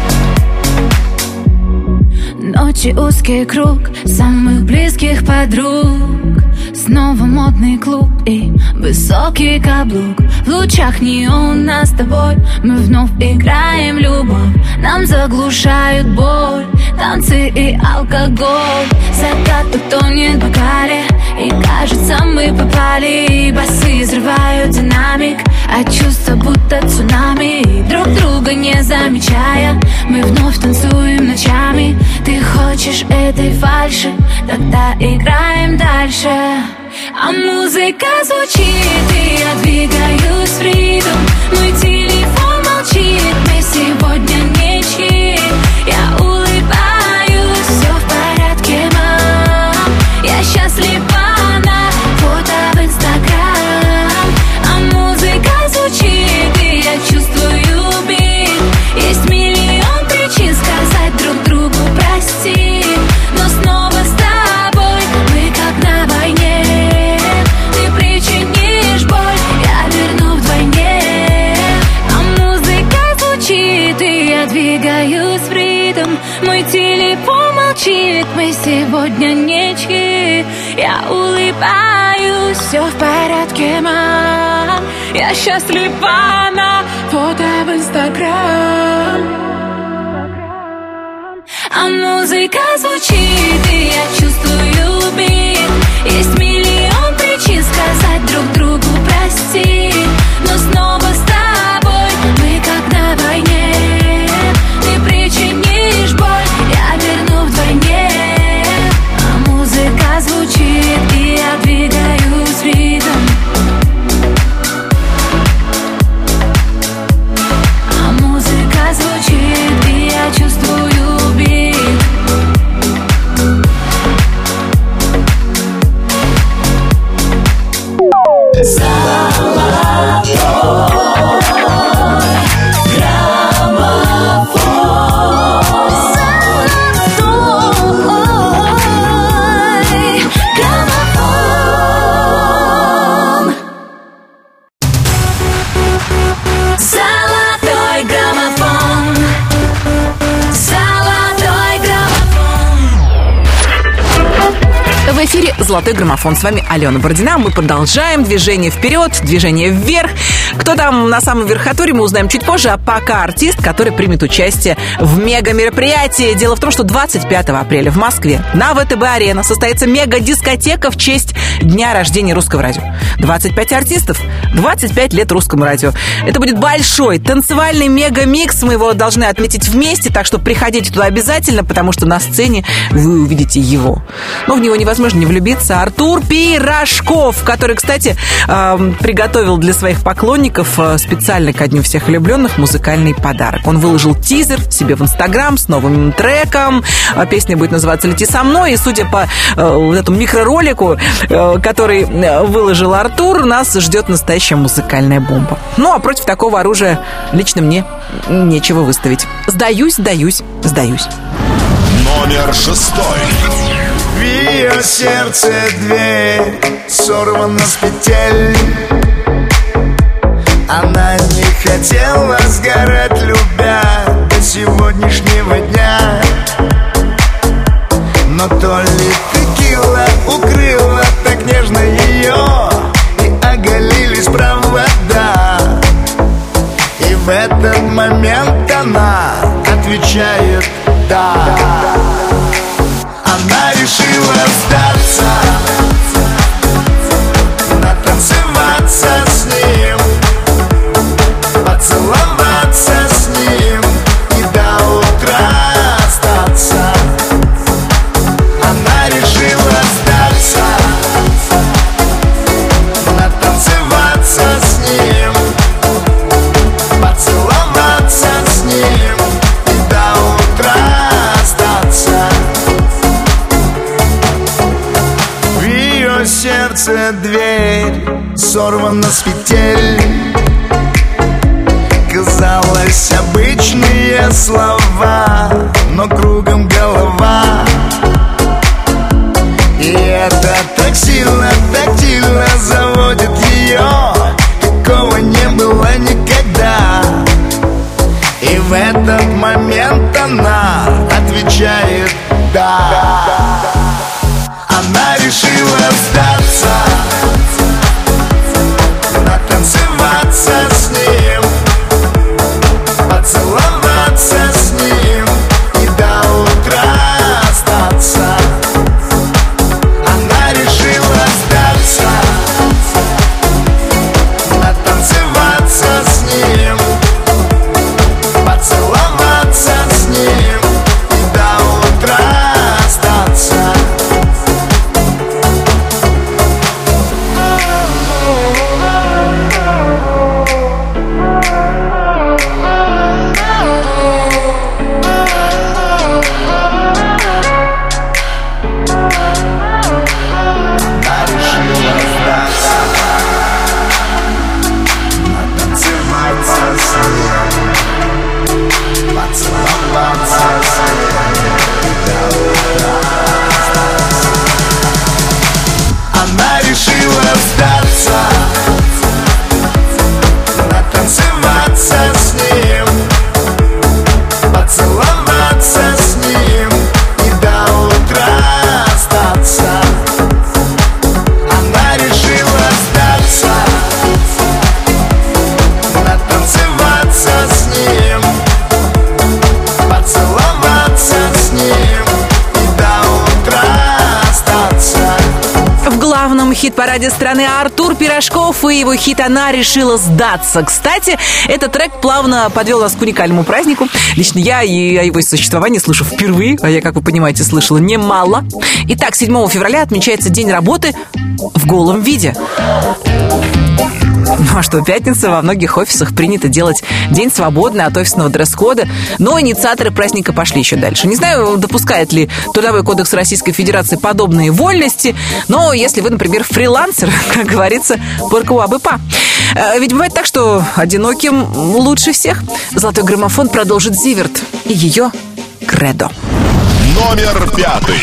Ночи узкий круг самых близких подруг. Снова модный клуб и высокий каблук. В лучах неона с тобой мы вновь играем любовь. Нам заглушают боль танцы и алкоголь. Закат утонет в бокале, и кажется мы попали. Басы взрывают динамик, а чувства будто цунами. Друг друга не замечая, мы вновь танцуем ночами. Ты хочешь этой фальши, тогда играем дальше. А музыка звучит, и я двигаюсь в ритм. Мой телефон молчит, мы сегодня ничьи. Я улыбаюсь, все в порядке, мам. Я счастлива на фото в Инстаграм. А музыка звучит, и я чувствую бит. Есть миллион причин сказать друг другу прости, но снова с тобой мы как на войне. Ты причинишь боль, я верну вдвойне. А музыка звучит, и я двигаюсь в ритм. Мой телефон молчит, мы сегодня ничьи. Я улыбаюсь, все в порядке, мам. Я счастлива на фото в Инстаграм. А музыка звучит, и я чувствую бит. Есть миллион причин сказать друг другу прости, но снова с тобой мы как на войне. Ты причинишь боль, я верну вдвойне. А музыка звучит, и я двигаюсь в ритм. А музыка звучит, и я чувствую бит.
В эфире «Золотой граммофон». С вами Алена Бородина. Мы продолжаем движение вперед, движение вверх. Кто там на самом верхотуре, мы узнаем чуть позже. А пока артист, который примет участие в мега-мероприятии. Дело в том, что двадцать пятого апреля в Москве на ВТБ-арена состоится мега-дискотека в честь дня рождения русского радио. двадцать пять артистов, двадцать пять лет русскому радио. Это будет большой танцевальный мега-микс. Мы его должны отметить вместе, так что приходите туда обязательно, потому что на сцене вы увидите его. Но в него невозможно невозможно не влюбиться. Артур Пирожков, который, кстати, приготовил для своих поклонников специально ко Дню всех влюбленных музыкальный подарок. Он выложил тизер себе в Инстаграм с новым треком. Песня будет называться «Лети со мной». И судя по вот этому микроролику, который выложил Артур, нас ждет настоящая музыкальная бомба. Ну, а против такого оружия лично мне нечего выставить. Сдаюсь, сдаюсь, сдаюсь.
Номер шестой.
В ее сердце дверь сорвана с петель. Она не хотела сгорать, любя, до сегодняшнего дня. Но то ли текила укрыла так нежно ее, и оголились провода. И в этот момент она отвечает «да». Она решила сдаться, натанцеваться с ним, поцеловаться с ним и до утра остаться. Она решила сдаться, натанцеваться с ним, поцеловаться с ним и до утра остаться. В ее сердце дверь сорвана с петель. Казалось, обычные слова, но кругом голова. И это так сильно, тактильно заводит ее. Такого не было никогда. И в этот момент она отвечает «да». Она решила сдаться, натанцеваться с ним, поцеловаться с ним и до утра остаться. Она решила сдаться, натанцеваться с ним, поцеловаться с ним и до утра остаться. Она решила сдаться, натанцеваться с ним, поцеловаться с ним и до утра остаться. Она решила сдаться, натанцеваться с ним, поцеловаться с ним и до утра остаться.
В главном хит-параде страны Артур Пирожков и его хит «Она решила сдаться». Кстати, этот трек плавно подвел нас к уникальному празднику. Лично я и о его существовании слышу впервые, а я, как вы понимаете, слышала немало. Итак, седьмого февраля отмечается День работы в голом виде. Ну а что, пятница, во многих офисах принято делать день свободный от офисного дресс-кода, но инициаторы праздника пошли еще дальше. Не знаю, допускает ли Трудовой кодекс Российской Федерации подобные вольности, но если вы, например, фрилансер, как говорится, поркуабыпа. Ведь бывает так, что одиноким лучше всех. Золотой граммофон продолжит Зиверт и ее кредо.
Номер пятый.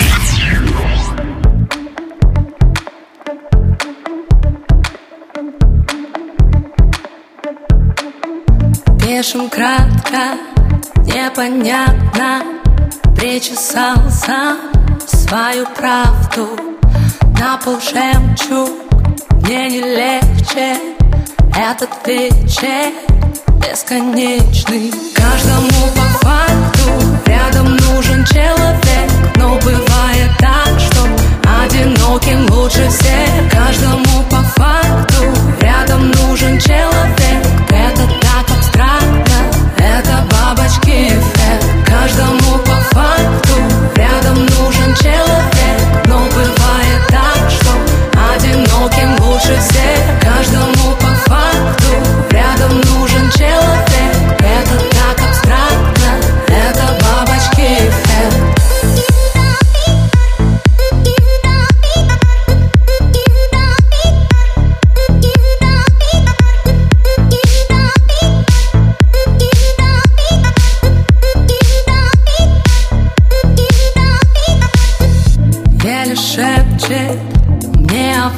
Пишем кратко, непонятно, причесался свою правду. На пол жемчуг, мне не легче этот вечер бесконечный. Каждому по факту рядом нужен человек, но бывает так, что одиноким лучше всех. Каждому по факту рядом нужен человек. Это так абстрактно, это бабочки эффект. Каждому по факту рядом нужен человек, но бывает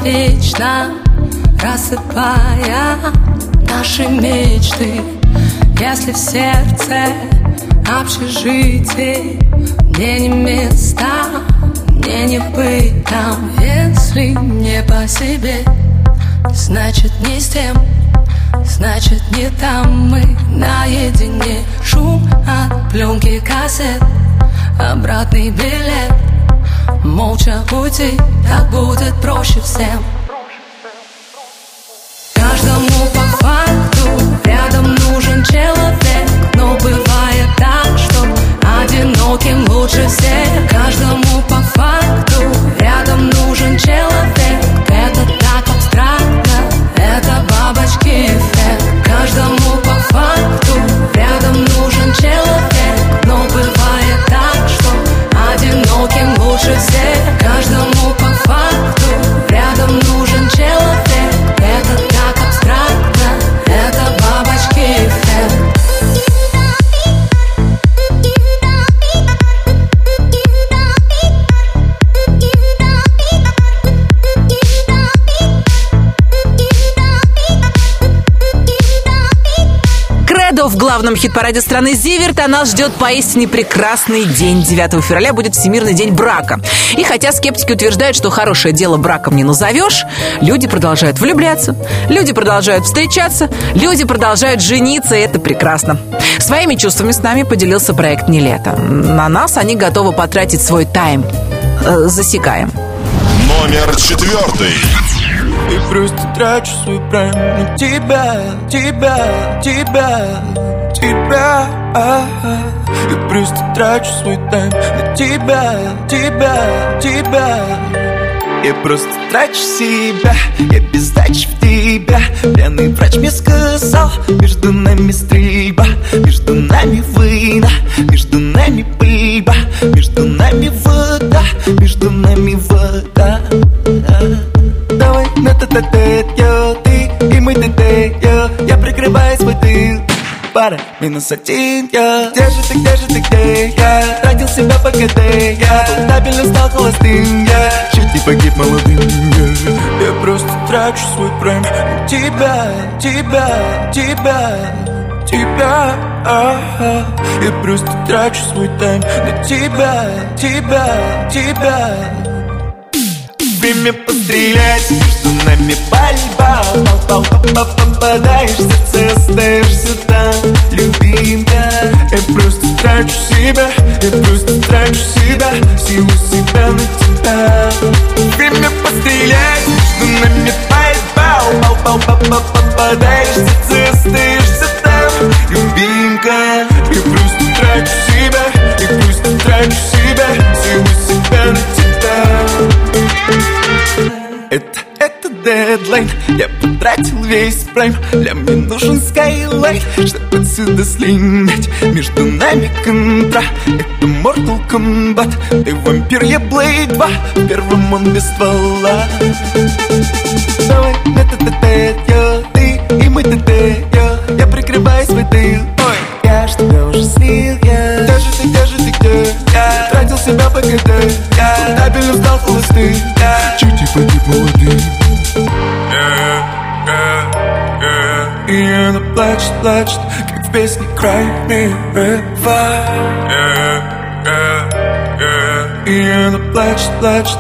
вечно, рассыпая наши мечты. Если в сердце общежитие, мне не места, мне не быть там. Если не по себе, значит не с тем, значит не там. Мы наедине, шум от пленки кассет, обратный билет. Молча уйти, так будет проще всем. Каждому по факту рядом нужен человек, но бывает так, что одиноким лучше всех. Каждому по факту рядом нужен человек. Это так абстрактно, это бабочки эффект. Каждому по факту рядом нужен человек, но бывает так, что одиноким лучше всех. Каждому по факту рядом нужен человек. Это так абстрактно, это бабочки эффект.
В главном хит-параде страны Зиверт, а нас ждет поистине прекрасный день. девятого февраля будет Всемирный день брака. И хотя скептики утверждают, что хорошее дело браком не назовешь, люди продолжают влюбляться, люди продолжают встречаться, люди продолжают жениться, и это прекрасно. Своими чувствами с нами поделился проект «Нилетто». На нас они готовы потратить свой тайм. Э, засекаем.
Номер четвертый.
И просто трачу свой прайм на тебя, тебя, тебя, тебя. И просто трачу свой тайм на тебя, тебя, тебя. Я просто трачу себя, я без дачи в тебя. Пьяный врач мне сказал, между нами стрельба, между нами война, между нами пыльба, между нами вода, между нами вода. Давай на тет-а-тет, йо, ты и мы тет-а-тет, йо. Я прикрываю свой тыл, пара, минус один, йо. Где же ты, где же ты, где я? Тратил себя по КД, я стабильно стал холостым, я чуть не погиб молодым, я. Я просто трачу свой прайм на тебя, тебя, тебя, тебя. Я просто трачу свой тайм на тебя, тебя, тебя. Время пострелять, между нами пальба. Пал-пал-пал-пал, попадаешь в сердце, остаешься там, любимая. Я просто трачу себя, я просто трачу себя, силу себя на тебя. Время пострелять, между нами пальба. Пал-пал-пал-пал, попадаешь в сердце, остаешься там, любимая. Я просто трачу себя, я просто трачу себя, силу себя на тебя. Это, это дедлайн, я потратил весь прайм. Для мне нужен скайлайт, чтобы отсюда слинять. Между нами контра, это Mortal Kombat. Ты вампир, я Блейд два, в первом он без ствола. Давай на тет-а-тет, йо, ты и мы тет-а-тет, йо. Я прикрываю свой тыл, ой, я ж тебя уже слил, я. Где же ты, где же ты, где я? Тратил себя по КД, я стабильно стал холостым, я чуть не погиб молодым. И она плачет, плачет, как в песне Cry Me River. И она плачет, плачет.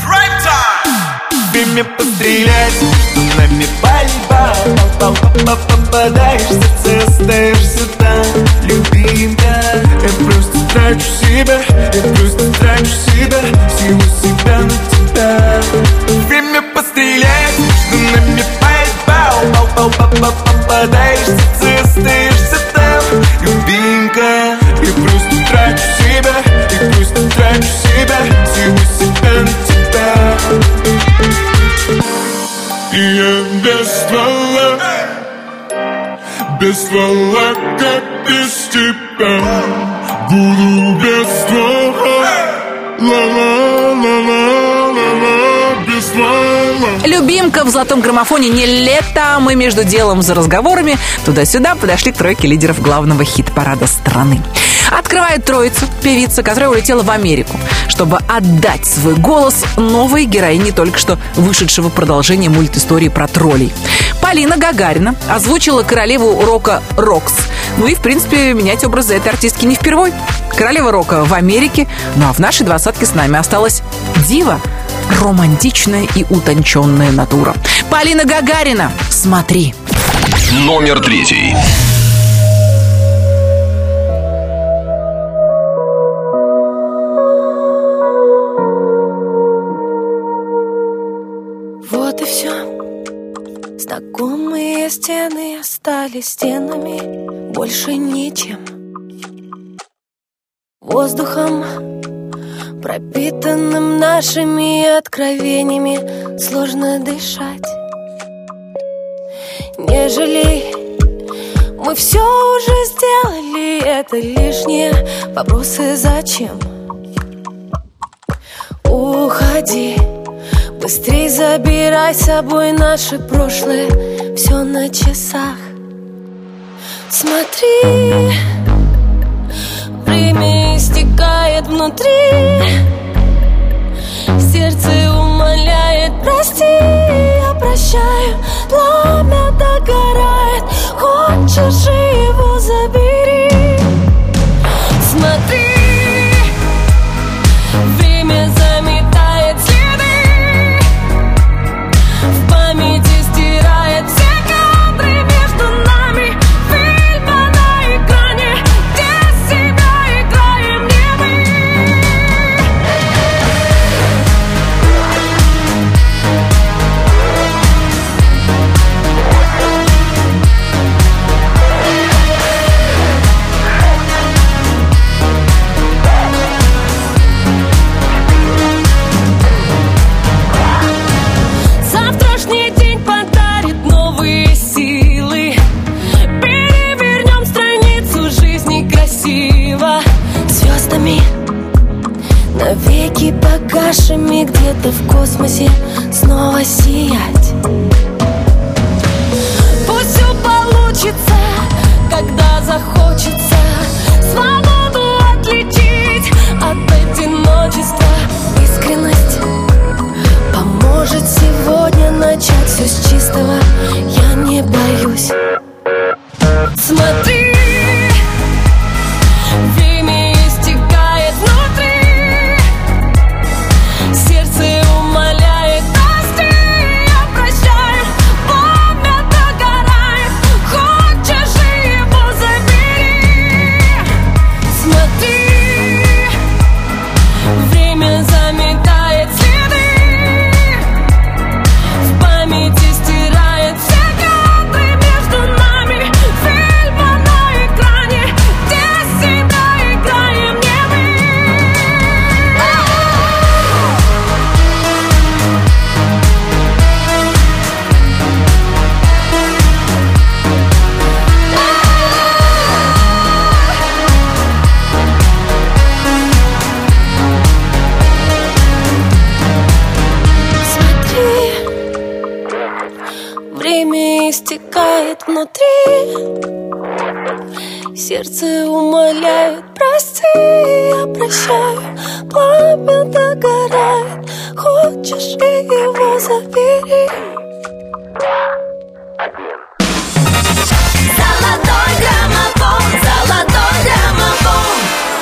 Время пострелять, между нами пальба. Пал-пал-пал, попадаешь в сердце, остаешься там, любимая. Я просто трачу себя, я просто трачу себя, силу себя на тебя. Время пострелять, между нами пальба. Пал-пал-пал, попадаешь в сердце, остаешься там, любимая. Я просто трачу себя, я просто трачу себя, силу себя на тебя.
И я без ствола, без ствола, как без тебя. Буду без ствола, ла-ла-ла-ла-ла-ла, без ствола.
Любимка в золотом граммофоне не лето. Мы между делом за разговорами туда-сюда подошли к тройке лидеров главного хит-парада страны. Открывает троицу певица, которая улетела в Америку, чтобы отдать свой голос новой героине только что вышедшего продолжения мультистории про троллей. Полина Гагарина озвучила королеву рока Рокс. Ну и, в принципе, менять образы этой артистки не впервой. Королева рока в Америке, ну а в нашей двадцатке с нами осталась дива. Романтичная и утонченная натура. Полина Гагарина, смотри.
Номер третий.
Вот и все. Знакомые стены остались стенами, больше ничем. Воздухом, пропитанным нашими откровениями, сложно дышать. Не жалей, мы все уже сделали, это лишние вопросы зачем. Уходи, быстрей забирай с собой наше прошлое, все на часах. Смотри, время истекает внутри, сердце умоляет, прости, я прощаю. Пламя догорает, хочешь его забери. Смотри, время заметает следы, в памяти стирает все кадры между нами. Фильма на экране, где себя играем не мы. Завтрашний день подарит новые силы, перевернем страницу жизни красиво. Звездами навеки погашими, где-то в космосе снова сиять. Пусть все получится, когда захочется свободу отличить от одиночества. Искренность поможет сегодня начать все с чистого, я не боюсь. Смотри, время истекает внутри, сердце умоляет, прости, я прощаю. Пламя догорает, хочешь его забери. Смотри, время заметает следы, в памяти стирает все кадры между нами. Фильма на экране, где себя играем не мы. Смотри, время истекает внутри, сердце умоляет, прости, я прощаю. Пламя догорает, хочешь его забери. Золотой граммофон, золотой граммофон,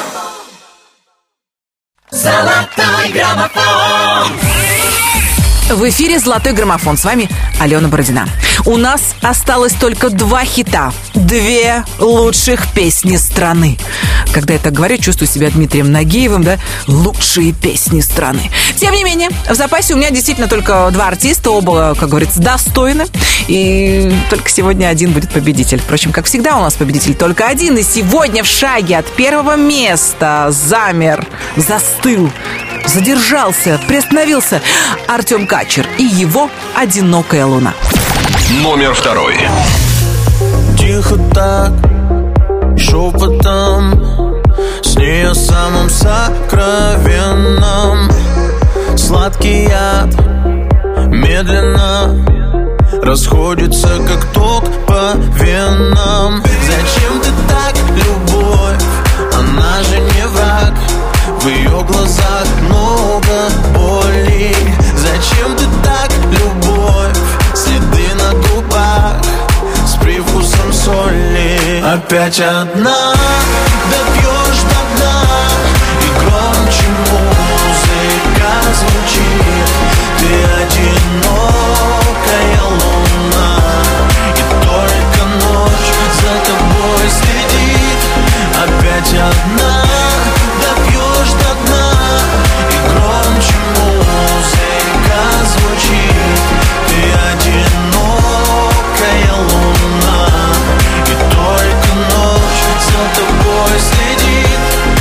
золотой граммофон.
В эфире «Золотой граммофон». С вами Алена Бородина. У нас осталось только два хита. Две лучших песни страны. Когда я так говорю, чувствую себя Дмитрием Нагиевым, да? Лучшие песни страны. Тем не менее, в запасе у меня действительно только два артиста. Оба, как говорится, достойны. И только сегодня один будет победитель. Впрочем, как всегда, у нас победитель только один. И сегодня в шаге от первого места замер, застыл, задержался, приостановился Артем Качер и его «Одинокая луна».
Номер второй.
Тихо так, шепотом, с ней о самом сокровенном. Сладкий яд медленно расходится, как ток по венам. Зачем ты так, любовь? Она же не враг. В ее глазах много боли. Зачем ты так, любовь? Следы на губах с привкусом соли. Опять одна, допьешь до дна, и громче музыка звучит. Ты одинокая луна, и только ночь за тобой следит. Опять одна, допьешь до дна, и громче музыка звучит. Ты одинокая луна, и только ночь за тобой следит.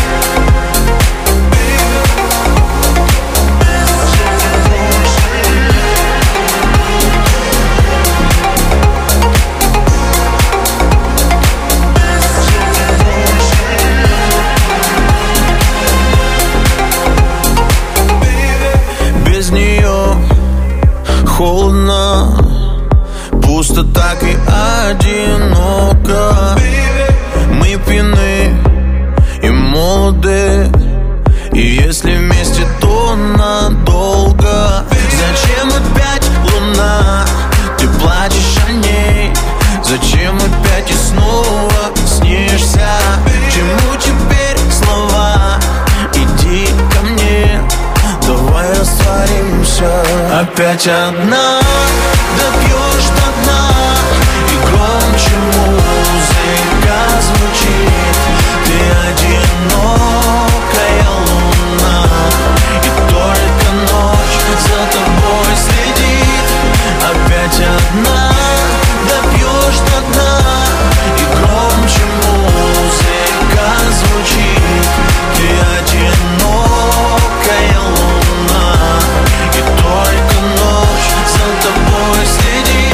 Без нее холодно, пусто так и одиноко. Мы пьяны и молоды, и если вместе, то надолго. Зачем опять луна? Ты плачешь о ней. Зачем опять и снова снишься? Чему теперь слова? Иди ко мне, давай растворимся. Опять одна, допьешь до дна, и громче музыка звучит. Ты одинокая луна, и только ночь за тобой следит. Опять одна, допьешь до дна, и громче музыка звучит. Ты одинокая луна, и только ночь за тобой следит.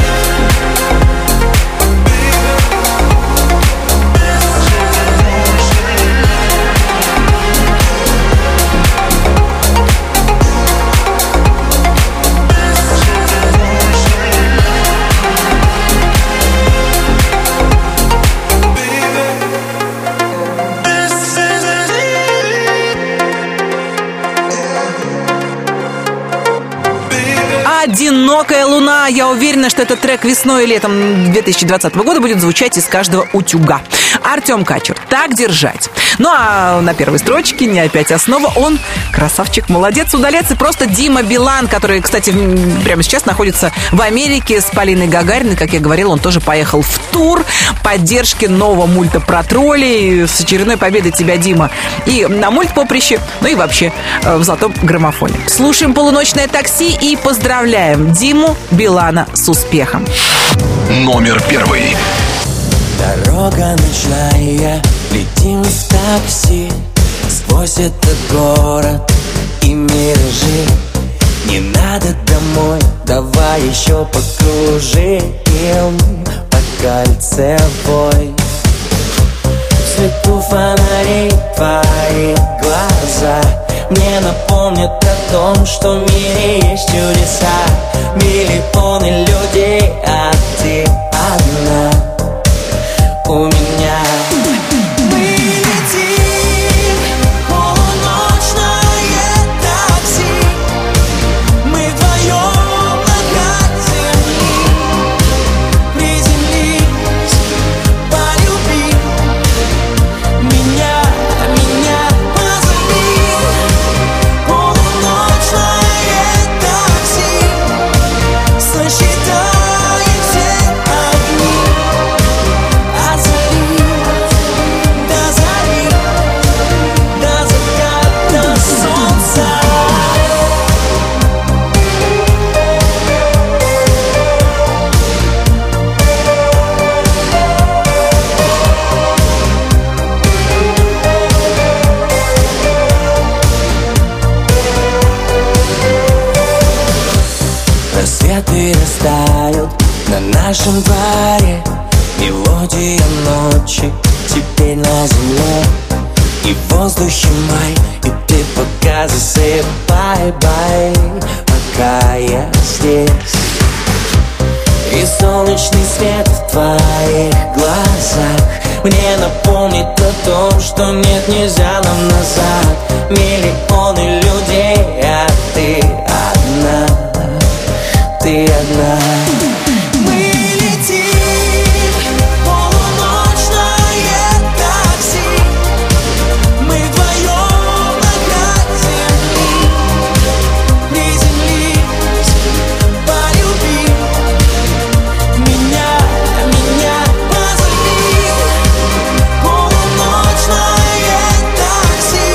«Одинокая луна». Я уверена, что этот трек весной и летом две тысячи двадцатого года будет звучать из каждого утюга. Артем Качер. «Так держать». Ну а на первой строчке «Не опять основа». Он красавчик, молодец, удалец. И просто Дима Билан, который, кстати, прямо сейчас находится в Америке с Полиной Гагариной. Как я говорила, он тоже поехал в тур поддержки нового мульта про троллей. С очередной победой тебя, Дима, и на мультпоприще, ну и вообще в золотом граммофоне. Слушаем «Полуночное такси» и поздравляем Диму Билана с успехом.
Номер первый.
Дорога ночная, летим в такси сквозь этот город и миражи. Не надо домой, давай еще покружим по кольцевой. В свету фонарей твои глаза мне напомнят о том, что в мире есть чудеса. Миллионы людей, а ты одна у меня. Мы летим, полуночное такси. Мы вдвоем над земли. Приземлись, полюби меня, меня позови. Полуночное такси. Сосчитаем все огни. От зари до зари, до заката солнца. Рассветы растают на нашем дворе. Мелодия ночи теперь на земле. И в воздухе май, и ты пока засыпай, бай, пока я здесь. И И солнечный свет в твоих глазах мне напомнит о том, что нет, нельзя нам назад. Миллионы людей, а ты одна, ты одна. Мы летим, полуночное такси. Мы вдвоем на край земли. Приземлись, полюби меня, меня позови. Полуночное такси.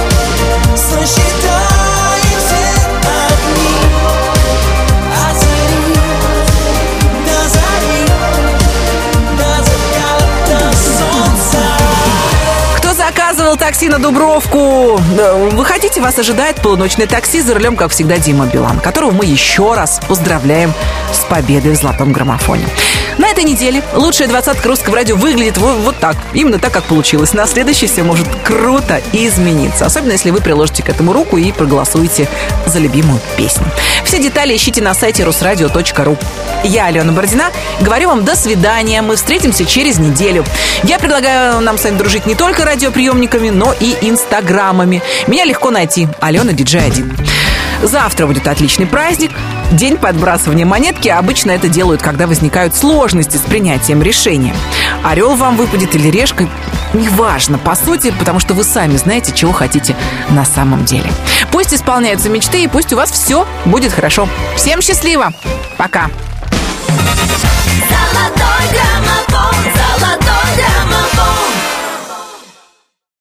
Сосчитаем все огни. От зари до зари, до заката, до солнца.
Кто заказывал такси на Дубровку? Вы хотите, вас ожидает полуночное такси. За рулем, как всегда, Дима Билан, которого мы еще раз поздравляем с победой в золотом граммофоне. На этой неделе лучшая двадцатка русского радио выглядит вот, вот так. Именно так, как получилось. На следующий все может круто измениться. Особенно, если вы приложите к этому руку и проголосуете за любимую песню. Все детали ищите на сайте русрадио точка ру. Я, Алена Бородина, говорю вам до свидания. Мы встретимся через неделю. Я предлагаю нам с вами дружить не только радиоприемниками, но и инстаграмами. Меня легко найти. Алена Диджей один. Завтра будет отличный праздник. День подбрасывания монетки. Обычно это делают, когда возникают сложности с принятием решения. Орел вам выпадет или решка, неважно, по сути, потому что вы сами знаете, чего хотите на самом деле. Пусть исполняются мечты, и пусть у вас все будет хорошо. Всем счастливо! Пока!